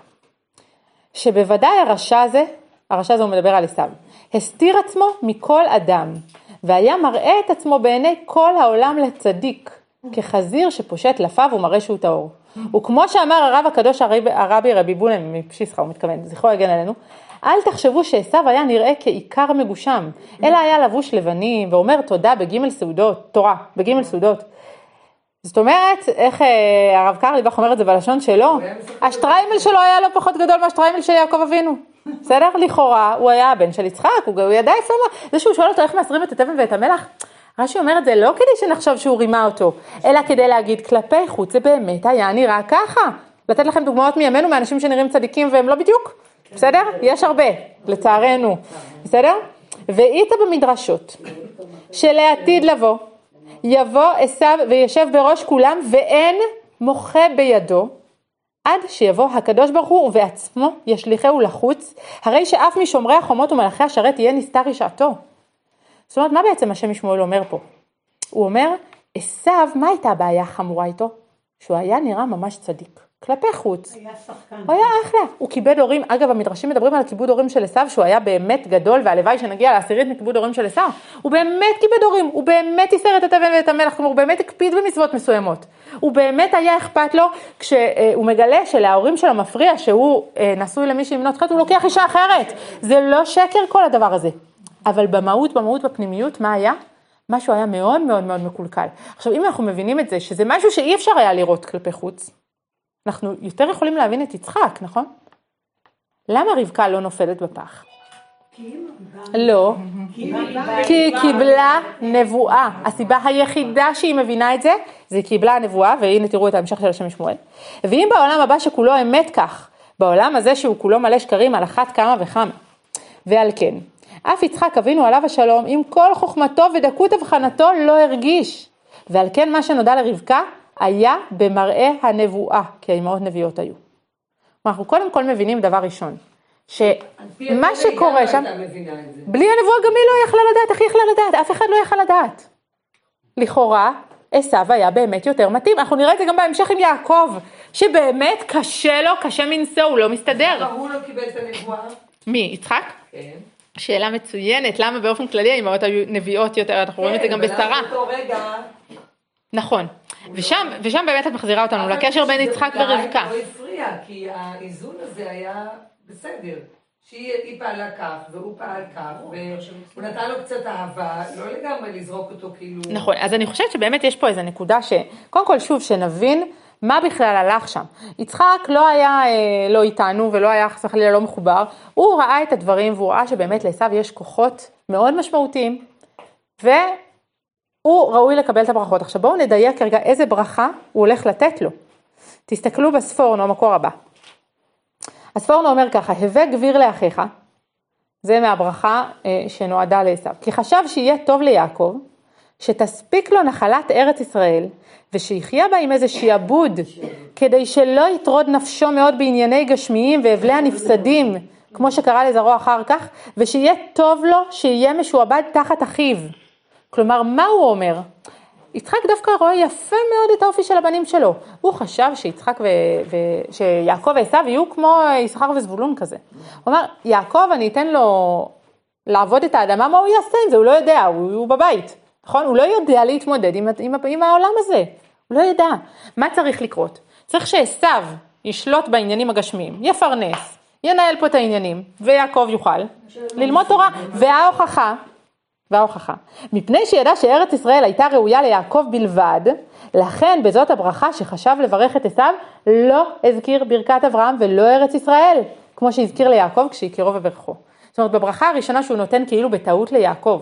שבוודאי הרשע הזה, הרשע הזה הוא מדבר על עשיו, הסתיר עצמו מכל אדם, והיה מראה את עצמו בעיני כל העולם לצדיק, כחזיר שפושט לפיו ומראה שהוא טהור. וכמו שאמר הרב הקדוש הרבי רבי בונם מפשיסחה, הוא מתכוון, זכרו יגן עלינו, אל תחשבו שעשיו היה נראה כעיקר מגושם, אלא היה לבוש לבנים ואומר תודה בגימל סעודות, תורה, בגימל סעודות. זאת אומרת, איך אה, הרב קרליבך אומר את זה בלשון שלו, השטריימל שלו היה לא פחות גדול מהשטריימל של יעקב אבינו. בסדר? לכאורה, הוא היה הבן של יצחק, הוא, הוא ידע יפה מה. זה שהוא שואל אותו איך מאסרים את התבן ואת המלח, רש"י אומר את זה לא כדי שנחשוב שהוא רימה אותו, אלא כדי להגיד כלפי חוץ, זה באמת היה נראה ככה. לתת לכם דוגמאות מימינו מאנשים שנראים צדיקים והם לא בדיוק. בסדר? יש הרבה, לצערנו. בסדר? ואיתה במדרשות, שלעתיד לבוא, יבוא עשיו וישב בראש כולם, ואין מוחה בידו, עד שיבוא הקדוש ברוך הוא ובעצמו ישליחהו לחוץ, הרי שאף משומרי החומות ומלאכי השרת יהיה נסתר רשעתו. זאת אומרת, מה בעצם השם משמואל אומר פה? הוא אומר, עשיו, מה הייתה הבעיה החמורה איתו? שהוא היה נראה ממש צדיק. כלפי חוץ. היה שחקן. הוא היה אחלה. הוא כיבד הורים, אגב, המדרשים מדברים על כיבוד הורים של עשיו, שהוא היה באמת גדול, והלוואי שנגיע לעשירית מכיבוד הורים של עשיו. הוא באמת כיבד הורים, הוא באמת ייסר את התבן ואת המלח, הוא באמת הקפיד במצוות מסוימות. הוא באמת היה אכפת לו, כשהוא מגלה שלהורים שלו מפריע, שהוא נשוי למישהי עם בנות חטא, הוא לוקח אישה אחרת. זה לא שקר כל הדבר הזה. אבל במהות, במהות, בפנימיות, מה היה? משהו היה מאוד מאוד מאוד מקולקל. עכשיו, אם אנחנו מבינים את זה, שזה משהו שאי אפשר היה לראות כלפי חוץ, אנחנו יותר יכולים להבין את יצחק, נכון? למה רבקה לא נופלת בפח? לא, כי היא קיבלה נבואה. הסיבה היחידה שהיא מבינה את זה, זה קיבלה הנבואה, והנה תראו את ההמשך של השם משמואל. ואם בעולם הבא שכולו אמת כך, בעולם הזה שהוא כולו מלא שקרים על אחת כמה וכמה, ועל כן, אף יצחק אבינו עליו השלום, עם כל חוכמתו ודקות הבחנתו לא הרגיש. ועל כן מה שנודע לרבקה, היה במראה הנבואה, כי האימהות נביאות היו. אנחנו קודם כל מבינים דבר ראשון, שמה שקורה שם, בלי הנבואה גם היא לא יכלה לדעת, איך היא יכלה לדעת? אף אחד לא יכל לדעת. לכאורה, עשיו היה באמת יותר מתאים. אנחנו נראה את זה גם בהמשך עם יעקב, שבאמת קשה לו, קשה מנסו, הוא לא מסתדר. הוא לא קיבל את הנבואה? מי, יצחק? כן. שאלה מצוינת, למה באופן כללי האימהות היו נביאות יותר, אנחנו רואים את זה גם בשרה. נכון, ושם, ושם באמת את מחזירה אותנו לקשר בין יצחק ורבקה. זה לא הפריע, כי האיזון הזה היה בסדר, שהיא פעלה כך והוא פעל כך, והוא נתן לו קצת אהבה, לא לגמרי לזרוק אותו כאילו... נכון, אז אני חושבת שבאמת יש פה איזו נקודה ש... קודם כל שוב, שנבין מה בכלל הלך שם. יצחק לא היה לא איתנו ולא היה חס וחלילה לא מחובר, הוא ראה את הדברים והוא ראה שבאמת לעשיו יש כוחות מאוד משמעותיים, ו... הוא ראוי לקבל את הברכות. עכשיו בואו נדייק כרגע איזה ברכה הוא הולך לתת לו. תסתכלו בספורנו, המקור הבא. הספורנו אומר ככה, הווה גביר לאחיך, זה מהברכה שנועדה לעשיו. כי חשב שיהיה טוב ליעקב, שתספיק לו נחלת ארץ ישראל, ושיחיה בה עם איזה שיעבוד, כדי שלא יטרוד נפשו מאוד בענייני גשמיים והבלי הנפסדים, כמו שקרה לזרעו אחר כך, ושיהיה טוב לו שיהיה משועבד תחת אחיו. כלומר, מה הוא אומר? יצחק דווקא רואה יפה מאוד את האופי של הבנים שלו. הוא חשב שיצחק ו... ו... שיעקב ועשיו יהיו כמו יששכר וזבולון כזה. הוא אמר, יעקב אני אתן לו לעבוד את האדמה, מה הוא יעשה עם זה? הוא לא יודע, הוא, הוא בבית. נכון? הוא לא יודע להתמודד עם, עם, עם העולם הזה. הוא לא יודע. מה צריך לקרות? צריך שעשיו ישלוט בעניינים הגשמיים, יפרנס, ינהל פה את העניינים, ויעקב יוכל ללמוד תורה. וההוכחה, וההוכחה, מפני שידע שארץ ישראל הייתה ראויה ליעקב בלבד, לכן בזאת הברכה שחשב לברך את עשיו, לא הזכיר ברכת אברהם ולא ארץ ישראל, כמו שהזכיר ליעקב כשהכירו וברכו. זאת אומרת, בברכה הראשונה שהוא נותן כאילו בטעות ליעקב,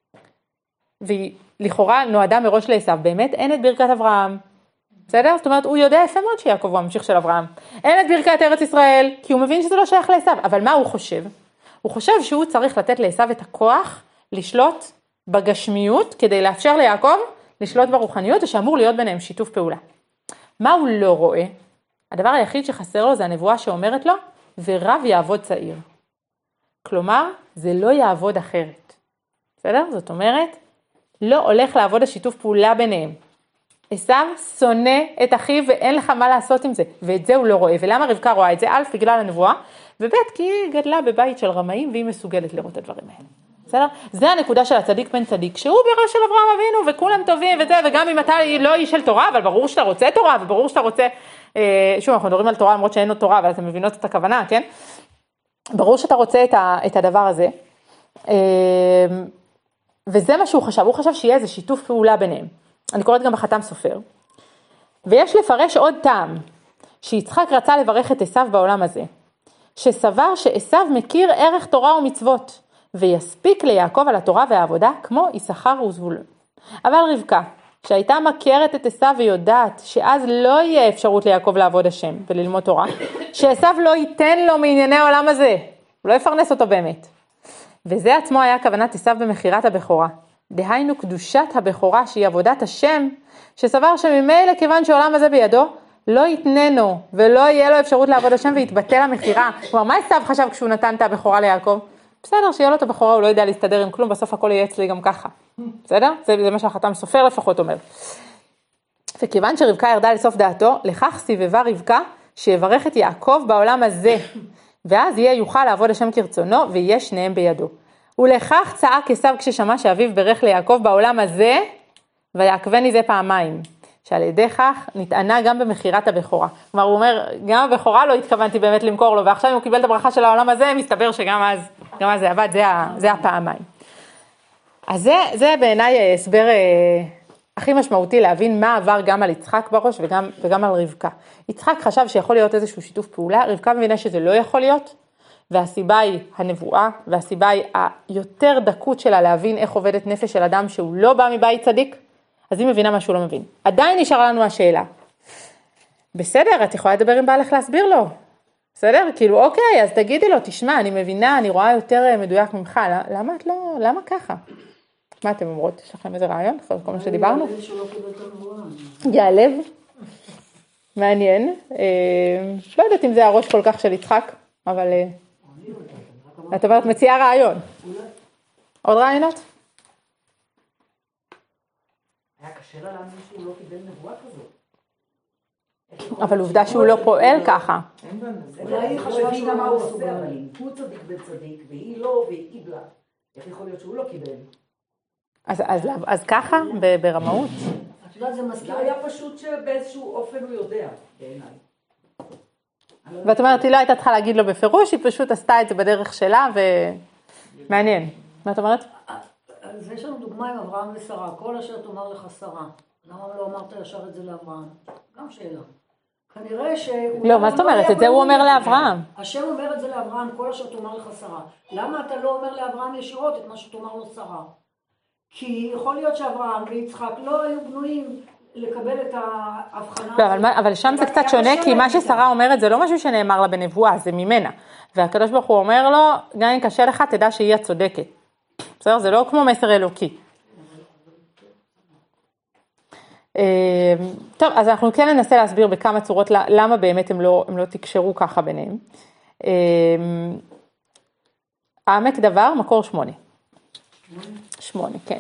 והיא לכאורה נועדה מראש לעשיו, באמת אין את ברכת אברהם. בסדר? זאת אומרת, הוא יודע יפה מאוד שיעקב הוא הממשיך של אברהם. אין את ברכת ארץ ישראל, כי הוא מבין שזה לא שייך לעשיו. אבל מה הוא חושב? הוא חושב שהוא צריך לתת לעשיו את הכוח לשלוט בגשמיות, כדי לאפשר ליעקב לשלוט ברוחניות, ושאמור להיות ביניהם שיתוף פעולה. מה הוא לא רואה? הדבר היחיד שחסר לו זה הנבואה שאומרת לו, ורב יעבוד צעיר. כלומר, זה לא יעבוד אחרת. בסדר? זאת אומרת, לא הולך לעבוד השיתוף פעולה ביניהם. עשיו שונא את אחיו ואין לך מה לעשות עם זה, ואת זה הוא לא רואה. ולמה רבקה רואה את זה? א', בגלל הנבואה, וב', כי היא גדלה בבית של רמאים, והיא מסוגלת לראות את הדברים האלה. בסדר? זה הנקודה של הצדיק בן צדיק, שהוא בראש של אברהם אבינו, וכולם טובים וזה, וגם אם אתה לא איש של תורה, אבל ברור שאתה רוצה תורה, וברור שאתה רוצה, שוב, אנחנו מדברים על תורה, למרות שאין לו תורה, אבל אתם מבינות את הכוונה, כן? ברור שאתה רוצה את, ה, את הדבר הזה, וזה מה שהוא חשב, הוא חשב שיהיה איזה שיתוף פעולה ביניהם. אני קוראת גם בחתם סופר, ויש לפרש עוד טעם, שיצחק רצה לברך את עשיו בעולם הזה, שסבר שעשיו מכיר ערך תורה ומצוות, ויספיק ליעקב על התורה והעבודה, כמו יששכר וזבולון. אבל רבקה, שהייתה מכרת את עשיו ויודעת, שאז לא יהיה אפשרות ליעקב לעבוד השם וללמוד תורה, שעשיו לא ייתן לו מענייני העולם הזה, הוא לא יפרנס אותו באמת. וזה עצמו היה כוונת עשיו במחירת הבכורה. דהיינו קדושת הבכורה שהיא עבודת השם, שסבר שממילא כיוון שהעולם הזה בידו, לא יתננו ולא יהיה לו אפשרות לעבוד השם ויתבטל המחירה. כלומר, מה עשיו חשב כשהוא נתן את הבכורה ליעקב? בסדר, שיהיה לו את הבכורה, הוא לא יודע להסתדר עם כלום, בסוף הכל יהיה אצלי גם ככה. בסדר? זה, זה מה שהחתם סופר לפחות אומר. וכיוון שרבקה ירדה לסוף דעתו, לכך סיבבה רבקה שיברך את יעקב בעולם הזה, ואז יהיה יוכל לעבוד השם כרצונו, ויהיה שניהם בידו. ולכך צעק עשיו כששמע שאביו ברך ליעקב בעולם הזה, ויעקבני זה פעמיים. שעל ידי כך נטענה גם במחירת הבכורה. כלומר, הוא אומר, גם הבכורה לא התכוונתי באמת למכור לו, ועכשיו אם הוא קיבל את הברכה של העולם הזה, מסתבר שגם אז, גם אז זה עבד, זה, זה הפעמיים. אז זה, זה בעיניי הסבר אה, הכי משמעותי להבין מה עבר גם על יצחק בראש וגם, וגם על רבקה. יצחק חשב שיכול להיות איזשהו שיתוף פעולה, רבקה מבינה שזה לא יכול להיות, והסיבה היא הנבואה, והסיבה היא היותר דקות שלה להבין איך עובדת נפש של אדם שהוא לא בא מבית צדיק, אז היא מבינה מה שהוא לא מבין. עדיין נשארה לנו השאלה. בסדר, את יכולה לדבר עם בעלך להסביר לו. בסדר? כאילו, אוקיי, אז תגידי לו, תשמע, אני מבינה, אני רואה יותר מדויק ממך. למה את לא, למה ככה? מה אתם אומרות? יש לכם איזה רעיון? כל מה שדיברנו? יעלב. מעניין. לא יודעת אם זה הראש כל כך של יצחק, אבל את אומרת, מציעה רעיון. עוד רעיונות? היה קשה לה להאמין שהוא לא קיבל נבואה כזאת. אבל עובדה שהוא לא פועל ככה. אולי היא חשבה שגם מה הוא עושה, אבל אם הוא צדיק בצדיק, והיא לא, והיא קיבלה. איך יכול להיות שהוא לא קיבל? אז ככה, ברמאות. את יודעת, זה מזכיר היה פשוט שבאיזשהו אופן הוא יודע, בעיניי. ואת אומרת, היא לא הייתה צריכה להגיד לו בפירוש, היא פשוט עשתה את זה בדרך שלה, ומעניין. מה את אומרת? אז יש לנו דוגמה עם אברהם ושרה, כל אשר תאמר לך שרה. למה לא אמרת ישר את זה לאברהם? גם שאלה. כנראה שהוא... לא, מה זאת אומרת? את זה הוא אומר לאברהם. השם אומר את זה לאברהם, כל אשר תאמר לך שרה. למה אתה לא אומר לאברהם ישירות את מה שתאמר לו שרה? כי יכול להיות שאברהם ויצחק לא היו בנויים לקבל את ההבחנה. לא, אבל, אבל שם זה קצת שונה, כי מה ששרה אומרת זה לא משהו שנאמר לה בנבואה, זה ממנה. והקדוש ברוך הוא אומר לו, גם אם קשה לך, תדע שהיא הצודקת. בסדר? זה לא כמו מסר אלוקי. טוב, אז אנחנו כן ננסה להסביר בכמה צורות למה באמת הם לא, הם לא תקשרו ככה ביניהם. העמק דבר, מקור שמונה. שמונה, כן.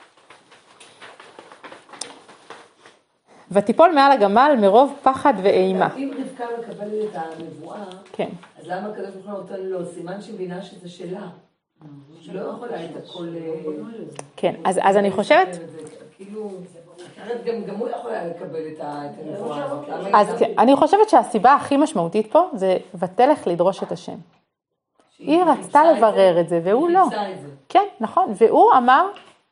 ותיפול מעל הגמל מרוב פחד ואימה. אם רבקה מקבלת את הנבואה, כן. אז למה הקדוש ברוך הוא נותן לו סימן שמבינה שזה שלה? שלא יכולה את הכל... כן, אז, אז אני חושבת... כאילו, גם הוא יכול לקבל את הנבואה הזאת. אז כן, אני חושבת שהסיבה הכי משמעותית פה זה ותלך לדרוש את השם. היא רצתה לברר את זה, והוא לא. כן, נכון, והוא אמר...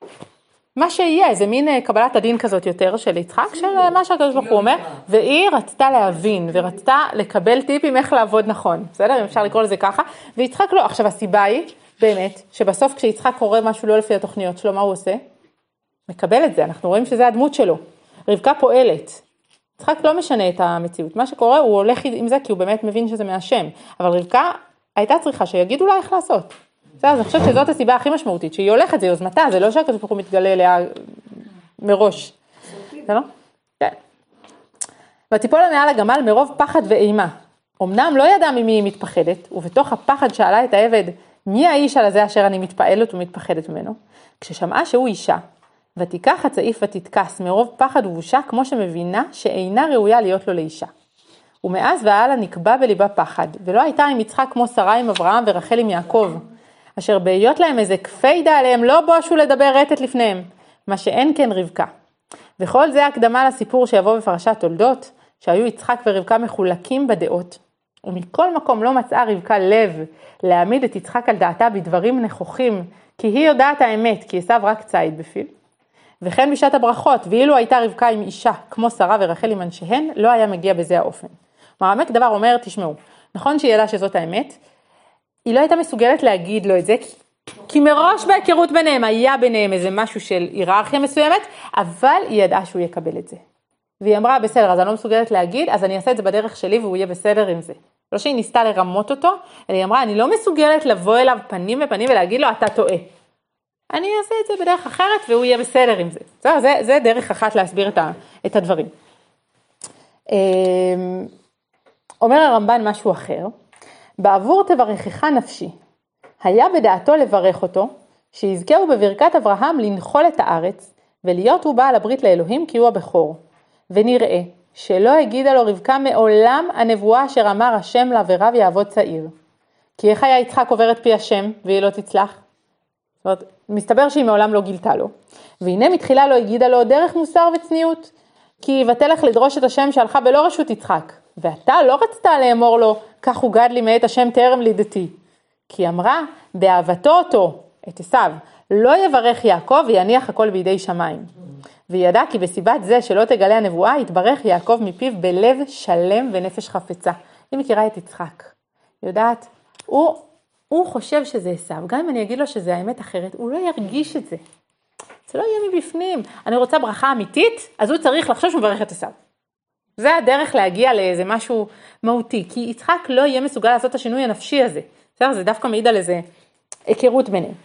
מה שיהיה, זה מין קבלת הדין כזאת יותר של יצחק, של מה שהקדוש ברוך הוא אומר, והיא רצתה להבין, ורצתה לקבל טיפים איך לעבוד נכון, בסדר? אם אפשר לקרוא לזה ככה, ויצחק לא. עכשיו הסיבה היא, באמת, שבסוף כשיצחק קורא משהו לא לפי התוכניות שלו, מה הוא עושה? מקבל את זה, אנחנו רואים שזה הדמות שלו. רבקה פועלת. יצחק לא משנה את המציאות, מה שקורה הוא הולך עם זה, כי הוא באמת מבין שזה מהשם, אבל רבקה הייתה צריכה שיגידו לה איך לעשות. אז אני חושבת שזאת הסיבה הכי משמעותית, שהיא הולכת, זה יוזמתה, זה לא שהקדוש ברוך הוא מתגלה אליה מראש. זה לא? כן. ותיפול מעל הגמל מרוב פחד ואימה. אמנם לא ידע ממי היא מתפחדת, ובתוך הפחד שאלה את העבד, מי האיש על הזה אשר אני מתפעלת ומתפחדת ממנו? כששמעה שהוא אישה, ותיקח הצעיף ותתכס מרוב פחד ובושה, כמו שמבינה שאינה ראויה להיות לו לאישה. ומאז והלאה נקבע בליבה פחד, ולא הייתה עם יצחק כמו שרה עם אברהם ורחל עם יעקב, אשר בהיות להם איזה כפי עליהם לא בושו לדבר רטט לפניהם, מה שאין כן רבקה. וכל זה הקדמה לסיפור שיבוא בפרשת תולדות, שהיו יצחק ורבקה מחולקים בדעות, ומכל מקום לא מצאה רבקה לב להעמיד את יצחק על דעתה בדברים נכוחים, כי היא יודעת האמת, כי עשיו רק ציד בפיו. וכן בשעת הברכות, ואילו הייתה רבקה עם אישה, כמו שרה ורחל עם אנשיהן, לא היה מגיע בזה האופן. העמק דבר אומר, תשמעו, נכון שהיא ידעה שזאת האמת, היא לא הייתה מסוגלת להגיד לו את זה, כי מראש בהיכרות ביניהם, היה ביניהם איזה משהו של היררכיה מסוימת, אבל היא ידעה שהוא יקבל את זה. והיא אמרה, בסדר, אז אני לא מסוגלת להגיד, אז אני אעשה את זה בדרך שלי, והוא יהיה בסדר עם זה. לא שהיא ניסתה לרמות אותו, אלא היא אמרה, אני לא מסוגלת לבוא אליו פנים ופנים ולהגיד לו, אתה טועה. אני אעשה את זה בדרך אחרת, והוא יהיה בסדר עם זה. זה, זה, זה דרך אחת להסביר את, ה, את הדברים. אומר הרמב"ן משהו אחר, בעבור תברכך נפשי, היה בדעתו לברך אותו, שיזכהו בברכת אברהם לנחול את הארץ, ולהיות הוא בעל הברית לאלוהים כי הוא הבכור. ונראה שלא הגידה לו רבקה מעולם הנבואה אשר אמר השם לה ורב יעבוד צעיר. כי איך היה יצחק עובר את פי השם והיא לא תצלח? זאת אומרת, מסתבר שהיא מעולם לא גילתה לו. והנה מתחילה לא הגידה לו דרך מוסר וצניעות, כי ותלך לדרוש את השם שהלכה בלא רשות יצחק. ואתה לא רצתה לאמור לו, כך הוא גד לי מאת השם תרם לידתי. כי אמרה, באהבתו אותו, את עשיו, לא יברך יעקב ויניח הכל בידי שמיים. וידע כי בסיבת זה שלא תגלה הנבואה, יתברך יעקב מפיו בלב שלם ונפש חפצה. היא מכירה את יצחק. יודעת, הוא, הוא חושב שזה עשיו, גם אם אני אגיד לו שזה האמת אחרת, הוא לא ירגיש את זה. זה לא יהיה מבפנים. אני רוצה ברכה אמיתית, אז הוא צריך לחשוב שהוא מברך את עשיו. זה הדרך להגיע לאיזה משהו מהותי, כי יצחק לא יהיה מסוגל לעשות את השינוי הנפשי הזה. זה דווקא מעיד על איזה היכרות ביניהם.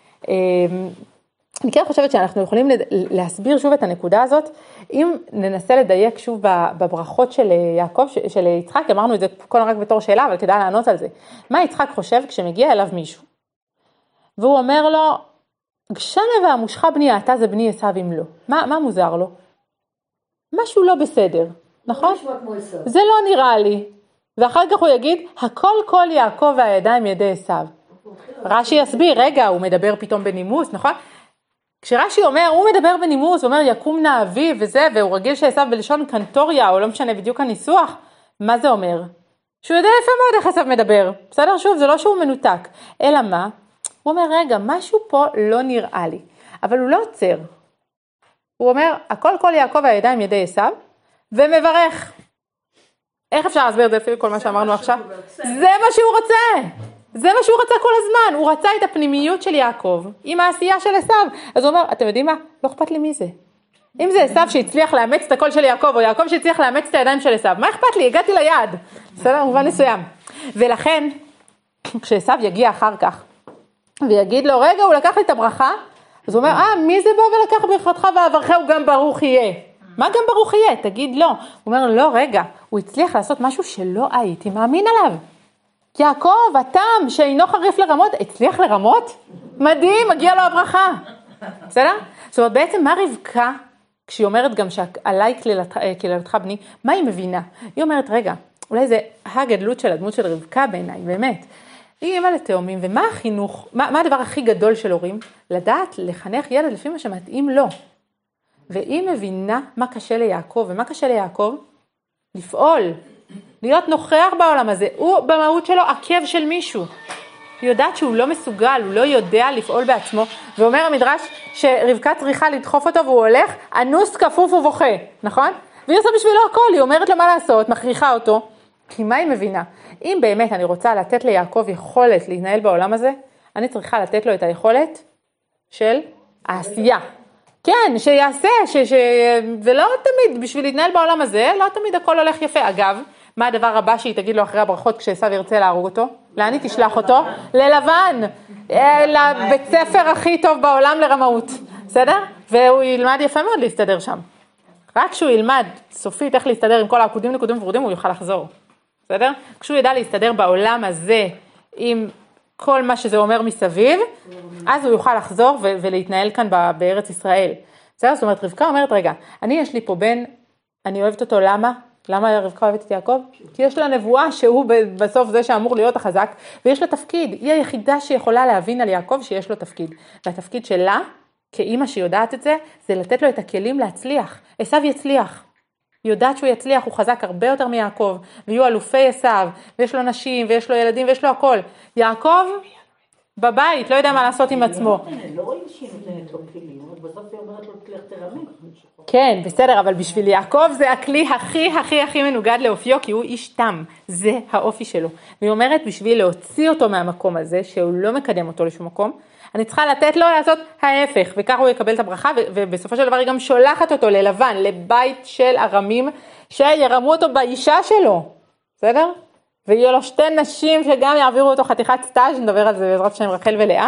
אני כן חושבת שאנחנו יכולים להסביר שוב את הנקודה הזאת, אם ננסה לדייק שוב בברכות של יעקב, של יצחק, אמרנו את זה כל רק בתור שאלה, אבל כדאי לענות על זה. מה יצחק חושב כשמגיע אליו מישהו? והוא אומר לו, גשנה והמושכה בני אתה זה בני עשיו אם לא. מה, מה מוזר לו? משהו לא בסדר, נכון? זה לא נראה לי. ואחר כך הוא יגיד, הכל כל יעקב והידיים ידי עשיו. רש"י יסביר, רגע, הוא מדבר פתאום בנימוס, נכון? כשרש"י אומר, הוא מדבר בנימוס, הוא אומר, יקום נא אבי וזה, והוא רגיל שעשיו בלשון קנטוריה, או לא משנה בדיוק הניסוח, מה זה אומר? שהוא יודע יפה מאוד איך עשיו מדבר. בסדר, שוב, זה לא שהוא מנותק. אלא מה? הוא אומר, רגע, משהו פה לא נראה לי. אבל הוא לא עוצר. הוא אומר, הכל כל יעקב והידיים ידי עשיו, ומברך. איך אפשר להסביר את זה לפי כל מה שאמרנו עכשיו? זה מה שהוא רוצה. זה מה שהוא רצה כל הזמן. הוא רצה את הפנימיות של יעקב עם העשייה של עשיו. אז הוא אומר, אתם יודעים מה? לא אכפת לי מי זה. אם זה עשיו שהצליח לאמץ את הקול של יעקב, או יעקב שהצליח לאמץ את הידיים של עשיו, מה אכפת לי? הגעתי ליעד. בסדר, במובן מסוים. ולכן, כשעשיו יגיע אחר כך, ויגיד לו, רגע, הוא לקח לי את הברכה, אז הוא אומר, אה, מי זה בא ולקח ברכתך ואברכהו גם ברוך יהיה? מה גם ברוך יהיה? תגיד לא. הוא אומר, לא, רגע, הוא הצליח לעשות משהו שלא הייתי מאמין עליו. יעקב, התם, שאינו חריף לרמות, הצליח לרמות? מדהים, מגיע לו הברכה. בסדר? זאת אומרת, בעצם מה רבקה, כשהיא אומרת גם שעליי קללתך בני, מה היא מבינה? היא אומרת, רגע, אולי זה הגדלות של הדמות של רבקה בעיניי, באמת. היא אימא לתאומים, ומה החינוך, מה, מה הדבר הכי גדול של הורים? לדעת לחנך ילד לפי מה שמתאים לו. והיא מבינה מה קשה ליעקב, ומה קשה ליעקב? לפעול, להיות נוכח בעולם הזה. הוא במהות שלו עקב של מישהו. היא יודעת שהוא לא מסוגל, הוא לא יודע לפעול בעצמו, ואומר המדרש שרבקה צריכה לדחוף אותו והוא הולך, אנוס כפוף ובוכה, נכון? והיא עושה בשבילו הכל, היא אומרת לו מה לעשות, מכריחה אותו, כי מה היא מבינה? אם באמת אני רוצה לתת ליעקב יכולת להתנהל בעולם הזה, אני צריכה לתת לו את היכולת של העשייה. כן, שיעשה, ש, ש... ולא תמיד, בשביל להתנהל בעולם הזה, לא תמיד הכל הולך יפה. אגב, מה הדבר הבא שהיא תגיד לו אחרי הברכות כשעשיו ירצה להרוג אותו? לאן היא תשלח אותו? ללבן, לבית ספר הכי טוב בעולם לרמאות, בסדר? והוא ילמד יפה מאוד להסתדר שם. רק כשהוא ילמד סופית איך להסתדר עם כל העקודים, נקודים ורודים, הוא יוכל לחזור, בסדר? כשהוא ידע להסתדר בעולם הזה עם כל מה שזה אומר מסביב, אז הוא יוכל לחזור ו- ולהתנהל כאן בארץ ישראל. בסדר? זאת אומרת, רבקה אומרת, רגע, אני יש לי פה בן, אני אוהבת אותו, למה? למה רבקה אוהבת את יעקב? כי יש לה נבואה שהוא בסוף זה שאמור להיות החזק, ויש לה תפקיד. היא היחידה שיכולה להבין על יעקב שיש לו תפקיד. והתפקיד שלה, כאימא שיודעת את זה, זה לתת לו את הכלים להצליח. עשיו יצליח. היא יודעת שהוא יצליח, הוא חזק הרבה יותר מיעקב, ויהיו אלופי עשיו, ויש לו נשים, ויש לו ילדים, ויש לו הכל. יעקב בבית, לא יודע מה לעשות עם עצמו. לא רואים שהיא נותנת לו כלים, בסוף היא אומרת לו תלך תרמי. כן, בסדר, אבל בשביל יעקב זה הכלי הכי הכי הכי מנוגד לאופיו, כי הוא איש תם, זה האופי שלו. והיא אומרת, בשביל להוציא אותו מהמקום הזה, שהוא לא מקדם אותו לשום מקום, אני צריכה לתת לו לעשות ההפך, וכך הוא יקבל את הברכה, ובסופו של דבר היא גם שולחת אותו ללבן, לבית של ארמים, שירמו אותו באישה שלו, בסדר? ויהיו לו שתי נשים שגם יעבירו אותו חתיכת סטאז', נדבר על זה בעזרת שם רחל ולאה,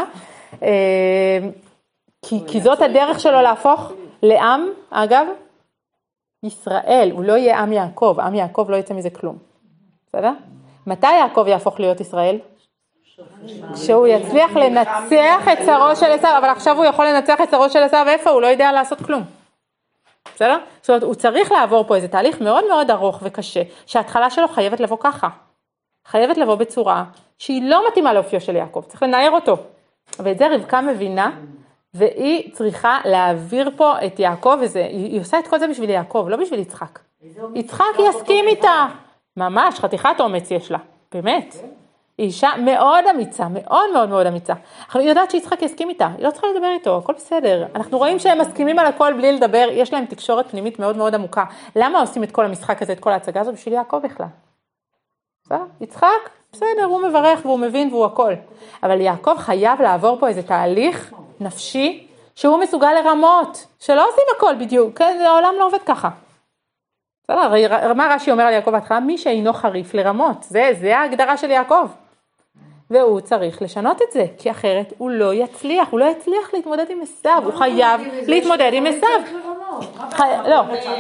כי, כי זאת הדרך שלו להפוך לעם, אגב, ישראל, הוא לא יהיה עם יעקב, עם יעקב לא יצא מזה כלום, בסדר? מתי יעקב יהפוך להיות ישראל? שהוא יצליח לנצח את שרו של עשיו, אבל עכשיו הוא יכול לנצח את שרו של עשיו, איפה? הוא לא יודע לעשות כלום. בסדר? זאת אומרת, הוא צריך לעבור פה איזה תהליך מאוד מאוד ארוך וקשה, שההתחלה שלו חייבת לבוא ככה. חייבת לבוא בצורה שהיא לא מתאימה לאופיו של יעקב, צריך לנער אותו. ואת זה רבקה מבינה, והיא צריכה להעביר פה את יעקב, וזה, היא, היא עושה את כל זה בשביל יעקב, לא בשביל יצחק. יצחק יסכים איתה. ממש, חתיכת אומץ יש לה, באמת. היא אישה מאוד אמיצה, מאוד מאוד מאוד אמיצה. היא יודעת שיצחק יסכים איתה, היא לא צריכה לדבר איתו, הכל בסדר. אנחנו רואים שהם מסכימים על הכל בלי לדבר, יש להם תקשורת פנימית מאוד מאוד עמוקה. למה עושים את כל המשחק הזה, את כל ההצגה הזו? בשביל יעקב בכלל. בסדר? יצחק, בסדר, הוא מברך והוא מבין והוא הכל. אבל יעקב חייב לעבור פה איזה תהליך נפשי, שהוא מסוגל לרמות, שלא עושים הכל בדיוק, כן, העולם לא עובד ככה. בסדר, מה רש"י אומר על יעקב בהתחלה? מי שאינו חריף לרמות, זה, זה ההגדרה של יעקב. והוא צריך לשנות את זה, כי אחרת הוא לא יצליח, הוא לא יצליח להתמודד עם עשיו, הוא חייב להתמודד עם עשיו. לא.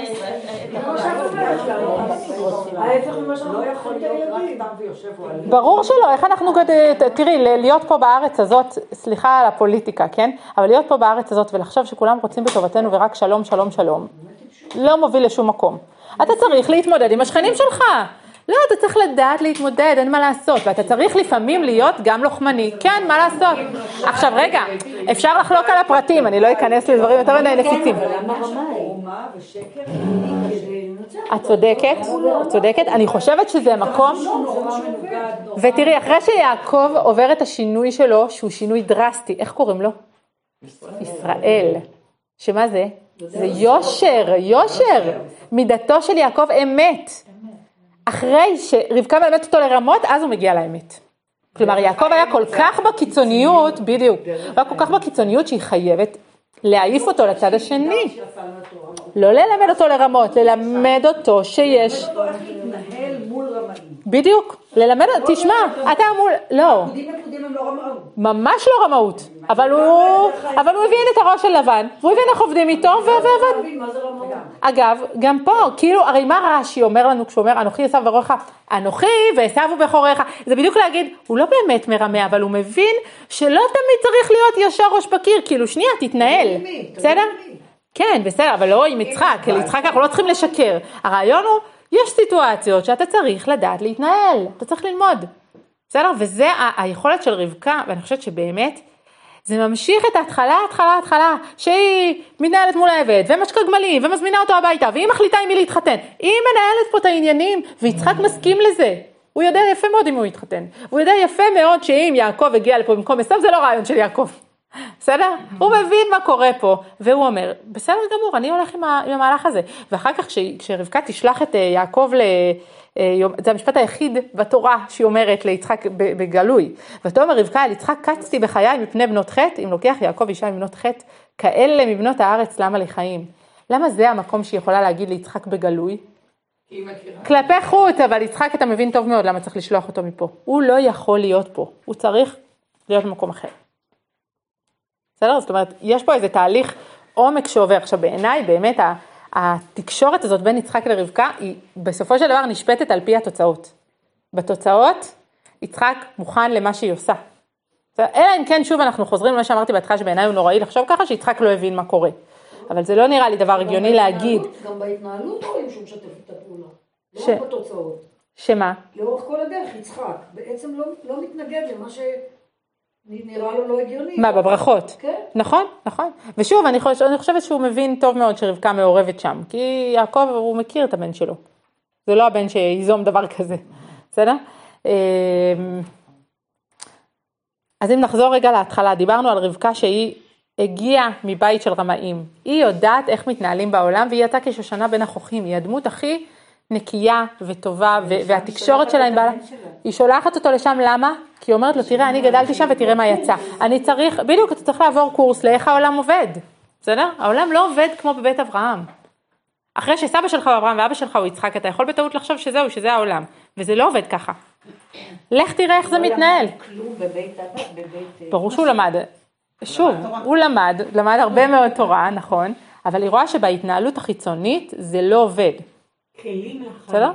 ברור שלא, איך אנחנו, תראי, להיות פה בארץ הזאת, סליחה על הפוליטיקה, כן? אבל להיות פה בארץ הזאת ולחשוב שכולם רוצים בטובתנו ורק שלום, שלום, שלום, לא מוביל לשום מקום. אתה צריך להתמודד עם השכנים שלך. לא, אתה צריך לדעת להתמודד, אין מה לעשות, ואתה צריך לפעמים להיות גם לוחמני. כן, מה לעשות? עכשיו, רגע, אפשר לחלוק על הפרטים, אני לא אכנס לדברים יותר מדי נפיצים. את צודקת, את צודקת, אני חושבת שזה מקום, ותראי, אחרי שיעקב עובר את השינוי שלו, שהוא שינוי דרסטי, איך קוראים לו? ישראל. שמה זה? זה יושר, יושר. מידתו של יעקב אמת. אחרי שרבקה מלמדת אותו לרמות, אז הוא מגיע לאמת. כלומר, יעקב היה כל כך בקיצוניות, בדיוק, היה כל כך בקיצוניות שהיא חייבת להעיף אותו לצד השני. לא ללמד אותו לרמות, ללמד אותו שיש... להתנהל מול רמאים. בדיוק, ללמד אותו, תשמע, אתה מול... לא. פקודים מקודים הם לא רמאות. ממש לא רמאות, אבל הוא אבל הוא הבין את הראש של לבן, והוא הבין איך עובדים איתו, ועבד. אגב, גם פה, כאילו, הרי מה רש"י אומר לנו כשהוא אומר, אנוכי עשיו ברורך, אנוכי ועשיו ובכוריך, זה בדיוק להגיד, הוא לא באמת מרמה, אבל הוא מבין שלא תמיד צריך להיות ישר ראש בקיר, כאילו, שנייה, תתנהל, בסדר? כן, בסדר, אבל לא עם יצחק, כי ליצחק אנחנו לא צריכים לשקר. הרעיון הוא, יש סיטואציות שאתה צריך לדעת להתנהל, אתה צריך ללמוד. בסדר? וזה היכולת של רבקה, ואני חושבת שבאמת, זה ממשיך את ההתחלה, התחלה, התחלה, שהיא מתנהלת מול העבד, ומשקה גמלים, ומזמינה אותו הביתה, והיא מחליטה עם מי להתחתן. היא מנהלת פה את העניינים, ויצחק מסכים לזה. הוא יודע יפה מאוד אם הוא יתחתן. הוא יודע יפה מאוד שאם יעקב הגיע לפה במקום עשיו, זה לא רעיון של יעקב. בסדר? הוא מבין מה קורה פה, והוא אומר, בסדר גמור, אני הולך עם המהלך הזה. ואחר כך כשרבקה תשלח את יעקב ל... זה המשפט היחיד בתורה שהיא אומרת ליצחק בגלוי. ואתה אומר רבקה על יצחק, קצתי בחיי מפני בנות חטא, אם לוקח יעקב אישה מבנות חטא, כאלה מבנות הארץ למה לחיים. למה זה המקום שהיא יכולה להגיד ליצחק בגלוי? כלפי חוץ, אבל יצחק אתה מבין טוב מאוד למה צריך לשלוח אותו מפה. הוא לא יכול להיות פה, הוא צריך להיות במקום אחר. בסדר? זאת אומרת, יש פה איזה תהליך עומק שעובר. עכשיו בעיניי באמת התקשורת הזאת בין יצחק לרבקה היא בסופו של דבר נשפטת על פי התוצאות. בתוצאות יצחק מוכן למה שהיא עושה. אלא אם כן שוב אנחנו חוזרים למה שאמרתי בהתחלה שבעיניי הוא נוראי לחשוב ככה שיצחק לא הבין מה קורה. אבל זה לא נראה לי דבר הגיוני להגיד. גם בהתנהלות רואים שהוא משתף את הפעולה. לא רק בתוצאות. שמה? לאורך כל הדרך יצחק בעצם לא מתנגד למה ש... נראה לו לא הגיוני. מה, בברכות? כן. נכון, נכון. ושוב, אני חושבת, אני חושבת שהוא מבין טוב מאוד שרבקה מעורבת שם, כי יעקב הוא מכיר את הבן שלו. זה לא הבן שיזום דבר כזה. בסדר? אז אם נחזור רגע להתחלה, דיברנו על רבקה שהיא הגיעה מבית של רמאים. היא יודעת איך מתנהלים בעולם, והיא יצאה כשושנה בין החוכים. היא הדמות הכי נקייה וטובה, והתקשורת שלה עם בעלה, היא שולחת אותו לשם, למה? כי היא אומרת לו, תראה, אני גדלתי שם ותראה מה יצא. אני צריך, בדיוק, אתה צריך לעבור קורס לאיך העולם עובד. בסדר? העולם לא עובד כמו בבית אברהם. אחרי שסבא שלך הוא אברהם ואבא שלך הוא יצחק, אתה יכול בטעות לחשוב שזהו, שזה העולם. וזה לא עובד ככה. לך תראה איך זה מתנהל. ברור שהוא למד. שוב, הוא למד, למד הרבה מאוד תורה, נכון, אבל היא רואה שבהתנהלות החיצונית זה לא עובד. כלים לחיים. בסדר?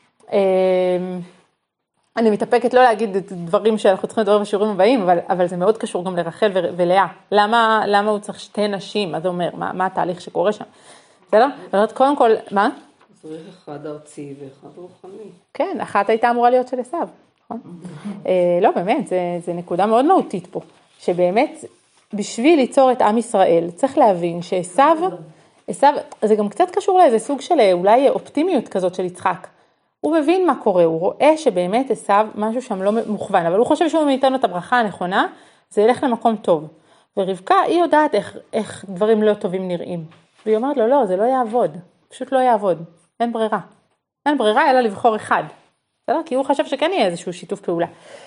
אני מתאפקת לא להגיד דברים שאנחנו צריכים לדבר בשיעורים הבאים, אבל, אבל זה מאוד קשור גם לרחל ולאה. למה, למה הוא צריך שתי נשים? מה זה אומר? מה, מה התהליך שקורה שם? בסדר? אבל קודם כל, מה? צריך אחד ארצי ואחד רוחני. כן, אחת הייתה אמורה להיות של עשיו. נכון? לא, באמת, זה, זה נקודה מאוד מהותית פה. שבאמת, בשביל ליצור את עם ישראל, צריך להבין שעשיו, עשיו, זה גם קצת קשור לאיזה סוג של אולי אופטימיות כזאת של יצחק. הוא מבין מה קורה, הוא רואה שבאמת עשיו משהו שם לא מוכוון, אבל הוא חושב שהוא ייתן לו את הברכה הנכונה, זה ילך למקום טוב. ורבקה, היא יודעת איך, איך דברים לא טובים נראים. והיא אומרת לו, לא, זה לא יעבוד, פשוט לא יעבוד, אין ברירה. אין ברירה אלא לבחור אחד. בסדר? כי הוא חשב שכן יהיה איזשהו שיתוף פעולה.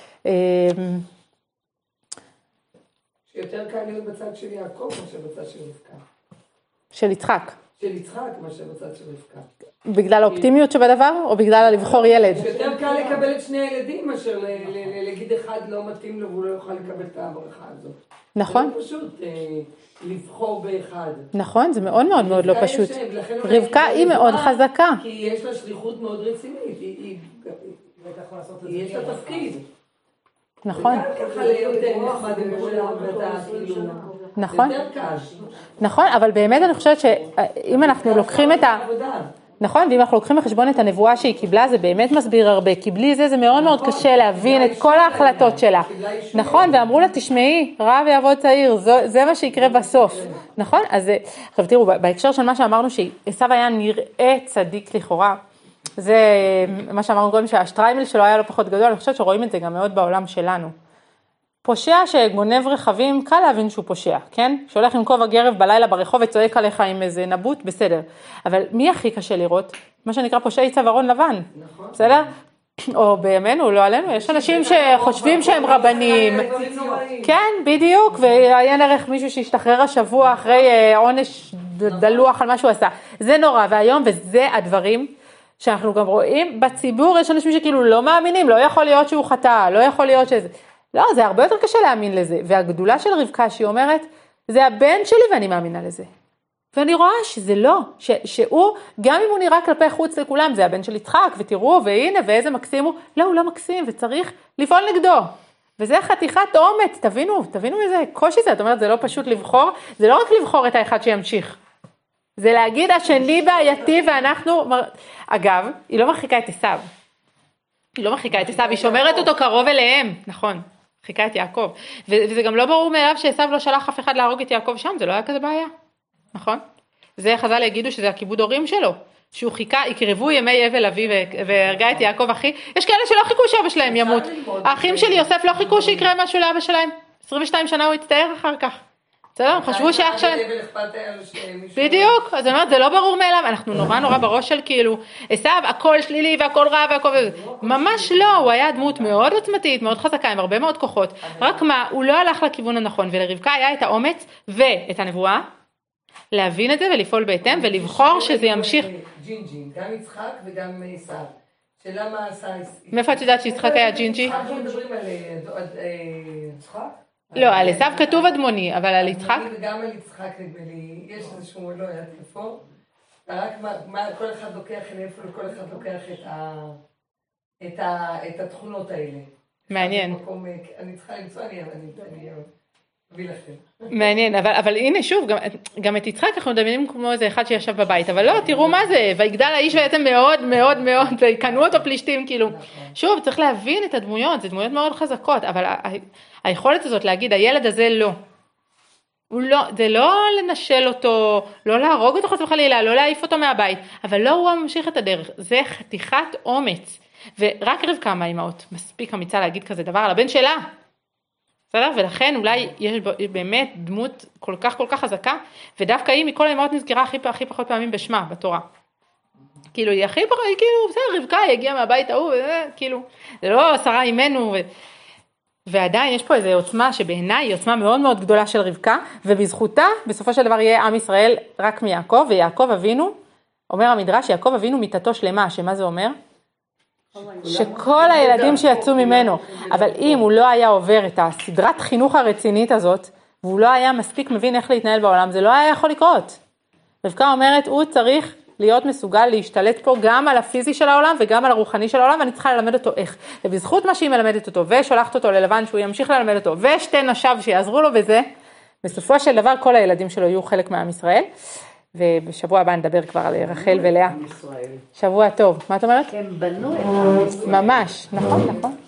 שיותר קל להיות בצד של יעקב מאשר בצד של רבקה. של יצחק. של יצחק מאשר בצד של רבקה. בגלל האופטימיות שבדבר, או בגלל לבחור ילד? שיותר קל לקבל את שני הילדים, מאשר להגיד אחד לא מתאים לו, והוא לא יוכל לקבל את הברכה הזאת. נכון. זה לא פשוט לבחור באחד. נכון, זה מאוד מאוד מאוד לא פשוט. רבקה היא מאוד חזקה. כי יש לה שליחות מאוד רצינית, יש לה תפקיד. נכון. ככה להיות נחמד עם בעולם ואתה כאילו... נכון. נכון, אבל באמת אני חושבת שאם אנחנו לוקחים את ה... נכון, ואם אנחנו לוקחים בחשבון את הנבואה שהיא קיבלה, זה באמת מסביר הרבה, כי בלי זה זה מאוד מאוד קשה להבין את כל ההחלטות שלה. נכון, ואמרו לה, תשמעי, רב יעבוד צעיר, זה מה שיקרה בסוף. נכון? אז עכשיו תראו, בהקשר של מה שאמרנו, שעשיו היה נראה צדיק לכאורה, זה מה שאמרנו קודם, שהשטריימל שלו היה לא פחות גדול, אני חושבת שרואים את זה גם מאוד בעולם שלנו. פושע שגונב רכבים, קל להבין שהוא פושע, כן? שהולך עם כובע גרב בלילה ברחוב וצועק עליך עם איזה נבוט, בסדר. אבל מי הכי קשה לראות? מה שנקרא פושעי צווארון לבן, נכון. בסדר? או בימינו, לא עלינו, יש אנשים שחושבים שהם רבנים. כן, בדיוק, ועיין ערך מישהו שהשתחרר השבוע אחרי עונש דלוח על מה שהוא עשה. זה נורא, והיום, וזה הדברים שאנחנו גם רואים, בציבור יש אנשים שכאילו לא מאמינים, לא יכול להיות שהוא חטא, לא יכול להיות שזה... לא, זה הרבה יותר קשה להאמין לזה. והגדולה של רבקה שהיא אומרת, זה הבן שלי ואני מאמינה לזה. ואני רואה שזה לא, ש, שהוא, גם אם הוא נראה כלפי חוץ לכולם, זה הבן של יצחק, ותראו, והנה, ואיזה מקסים הוא, לא, הוא לא מקסים, וצריך לפעול נגדו. וזה חתיכת אומץ, תבינו, תבינו איזה קושי זה, זאת אומרת, זה לא פשוט לבחור, זה לא רק לבחור את האחד שימשיך. זה להגיד, השני בעייתי, ואנחנו, אגב, היא לא מרחיקה את עשיו. היא לא מרחיקה את עשיו, היא שומרת אותו קרוב אליהם, נכון. מרחיקה את יעקב. וזה גם לא ברור מאליו שעשיו לא שלח אף אחד להרוג את יעקב שם, זה לא היה כזה בעיה. נכון? זה חז"ל יגידו שזה הכיבוד הורים שלו, שהוא חיכה, יקרבו ימי אבל אבי והרגע את יעקב אחי. יש כאלה שלא חיכו שאבא שלהם ימות. האחים שלי יוסף לא חיכו שיקרה משהו לאבא שלהם. עשרים ושתיים שנה הוא יצטער אחר כך. בסדר? חשבו שאח שלהם... בדיוק, אז אני אומרת, זה לא ברור מאליו, אנחנו נורא נורא בראש של כאילו, עשיו, הכל שלילי והכל רע והכל... ממש לא, הוא היה דמות מאוד עוצמתית, מאוד חזקה, עם הרבה מאוד כוחות. רק מה, הוא לא הלך לכיוון הנכון, ולרבקה היה את האומץ ואת הנבואה, להבין את זה ולפעול בהתאם ולבחור שזה ימשיך. ג'ינג'י, גם יצחק וגם עשיו. שלמה עשה... מאיפה את יודעת שיצחק היה ג'ינג'י? יצחק מדברים על יצחק? לא, על עשיו כתוב אדמוני, אבל על יצחק? וגם על יצחק נדמה לי, יש איזשהו, לא יודעת איפה, רק מה, כל אחד לוקח איפה, כל אחד לוקח את התכונות האלה. מעניין. אני צריכה למצוא, אני אביא לכם. מעניין, אבל, אבל הנה שוב, גם, גם את יצחק אנחנו מדמיינים כמו איזה אחד שישב בבית, אבל לא, תראו מה זה, ויגדל האיש בעצם מאוד מאוד מאוד, וקנו אותו פלישתים, כאילו, שוב, צריך להבין את הדמויות, זה דמויות מאוד חזקות, אבל ה- ה- היכולת הזאת להגיד, הילד הזה לא, הוא לא, זה לא לנשל אותו, לא להרוג אותו חס וחלילה, לא להעיף אותו מהבית, אבל לא הוא ממשיך את הדרך, זה חתיכת אומץ, ורק רבקה מהאימהות, מספיק אמיצה להגיד כזה דבר על הבן שלה, בסדר? ולכן אולי יש באמת דמות כל כך כל כך חזקה, ודווקא היא מכל האימהות נזכרה הכי, הכי פחות פעמים בשמה, בתורה. כאילו, היא הכי פחות, היא כאילו, בסדר, רבקה, היא הגיעה מהבית ההוא, כאילו, זה לא שרה אימנו, ו... ועדיין יש פה איזו עוצמה שבעיניי היא עוצמה מאוד מאוד גדולה של רבקה, ובזכותה בסופו של דבר יהיה עם ישראל רק מיעקב, ויעקב אבינו, אומר המדרש, יעקב אבינו מיתתו שלמה, שמה זה אומר? שכל הילדים שיצאו ממנו, אבל אם הוא לא היה עובר את הסדרת חינוך הרצינית הזאת, והוא לא היה מספיק מבין איך להתנהל בעולם, זה לא היה יכול לקרות. רבקה אומרת, הוא צריך להיות מסוגל להשתלט פה גם על הפיזי של העולם וגם על הרוחני של העולם, ואני צריכה ללמד אותו איך. ובזכות מה שהיא מלמדת אותו, ושולחת אותו ללבן שהוא ימשיך ללמד אותו, ושתי נשיו שיעזרו לו בזה, בסופו של דבר כל הילדים שלו יהיו חלק מעם ישראל. ובשבוע הבא נדבר כבר על רחל ולאה. שבוע טוב. מה את אומרת? הם בנו את עם ישראל. ממש, נכון, נכון.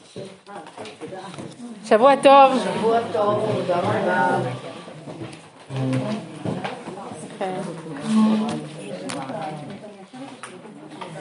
שבוע טוב. שבוע טוב, תודה רבה.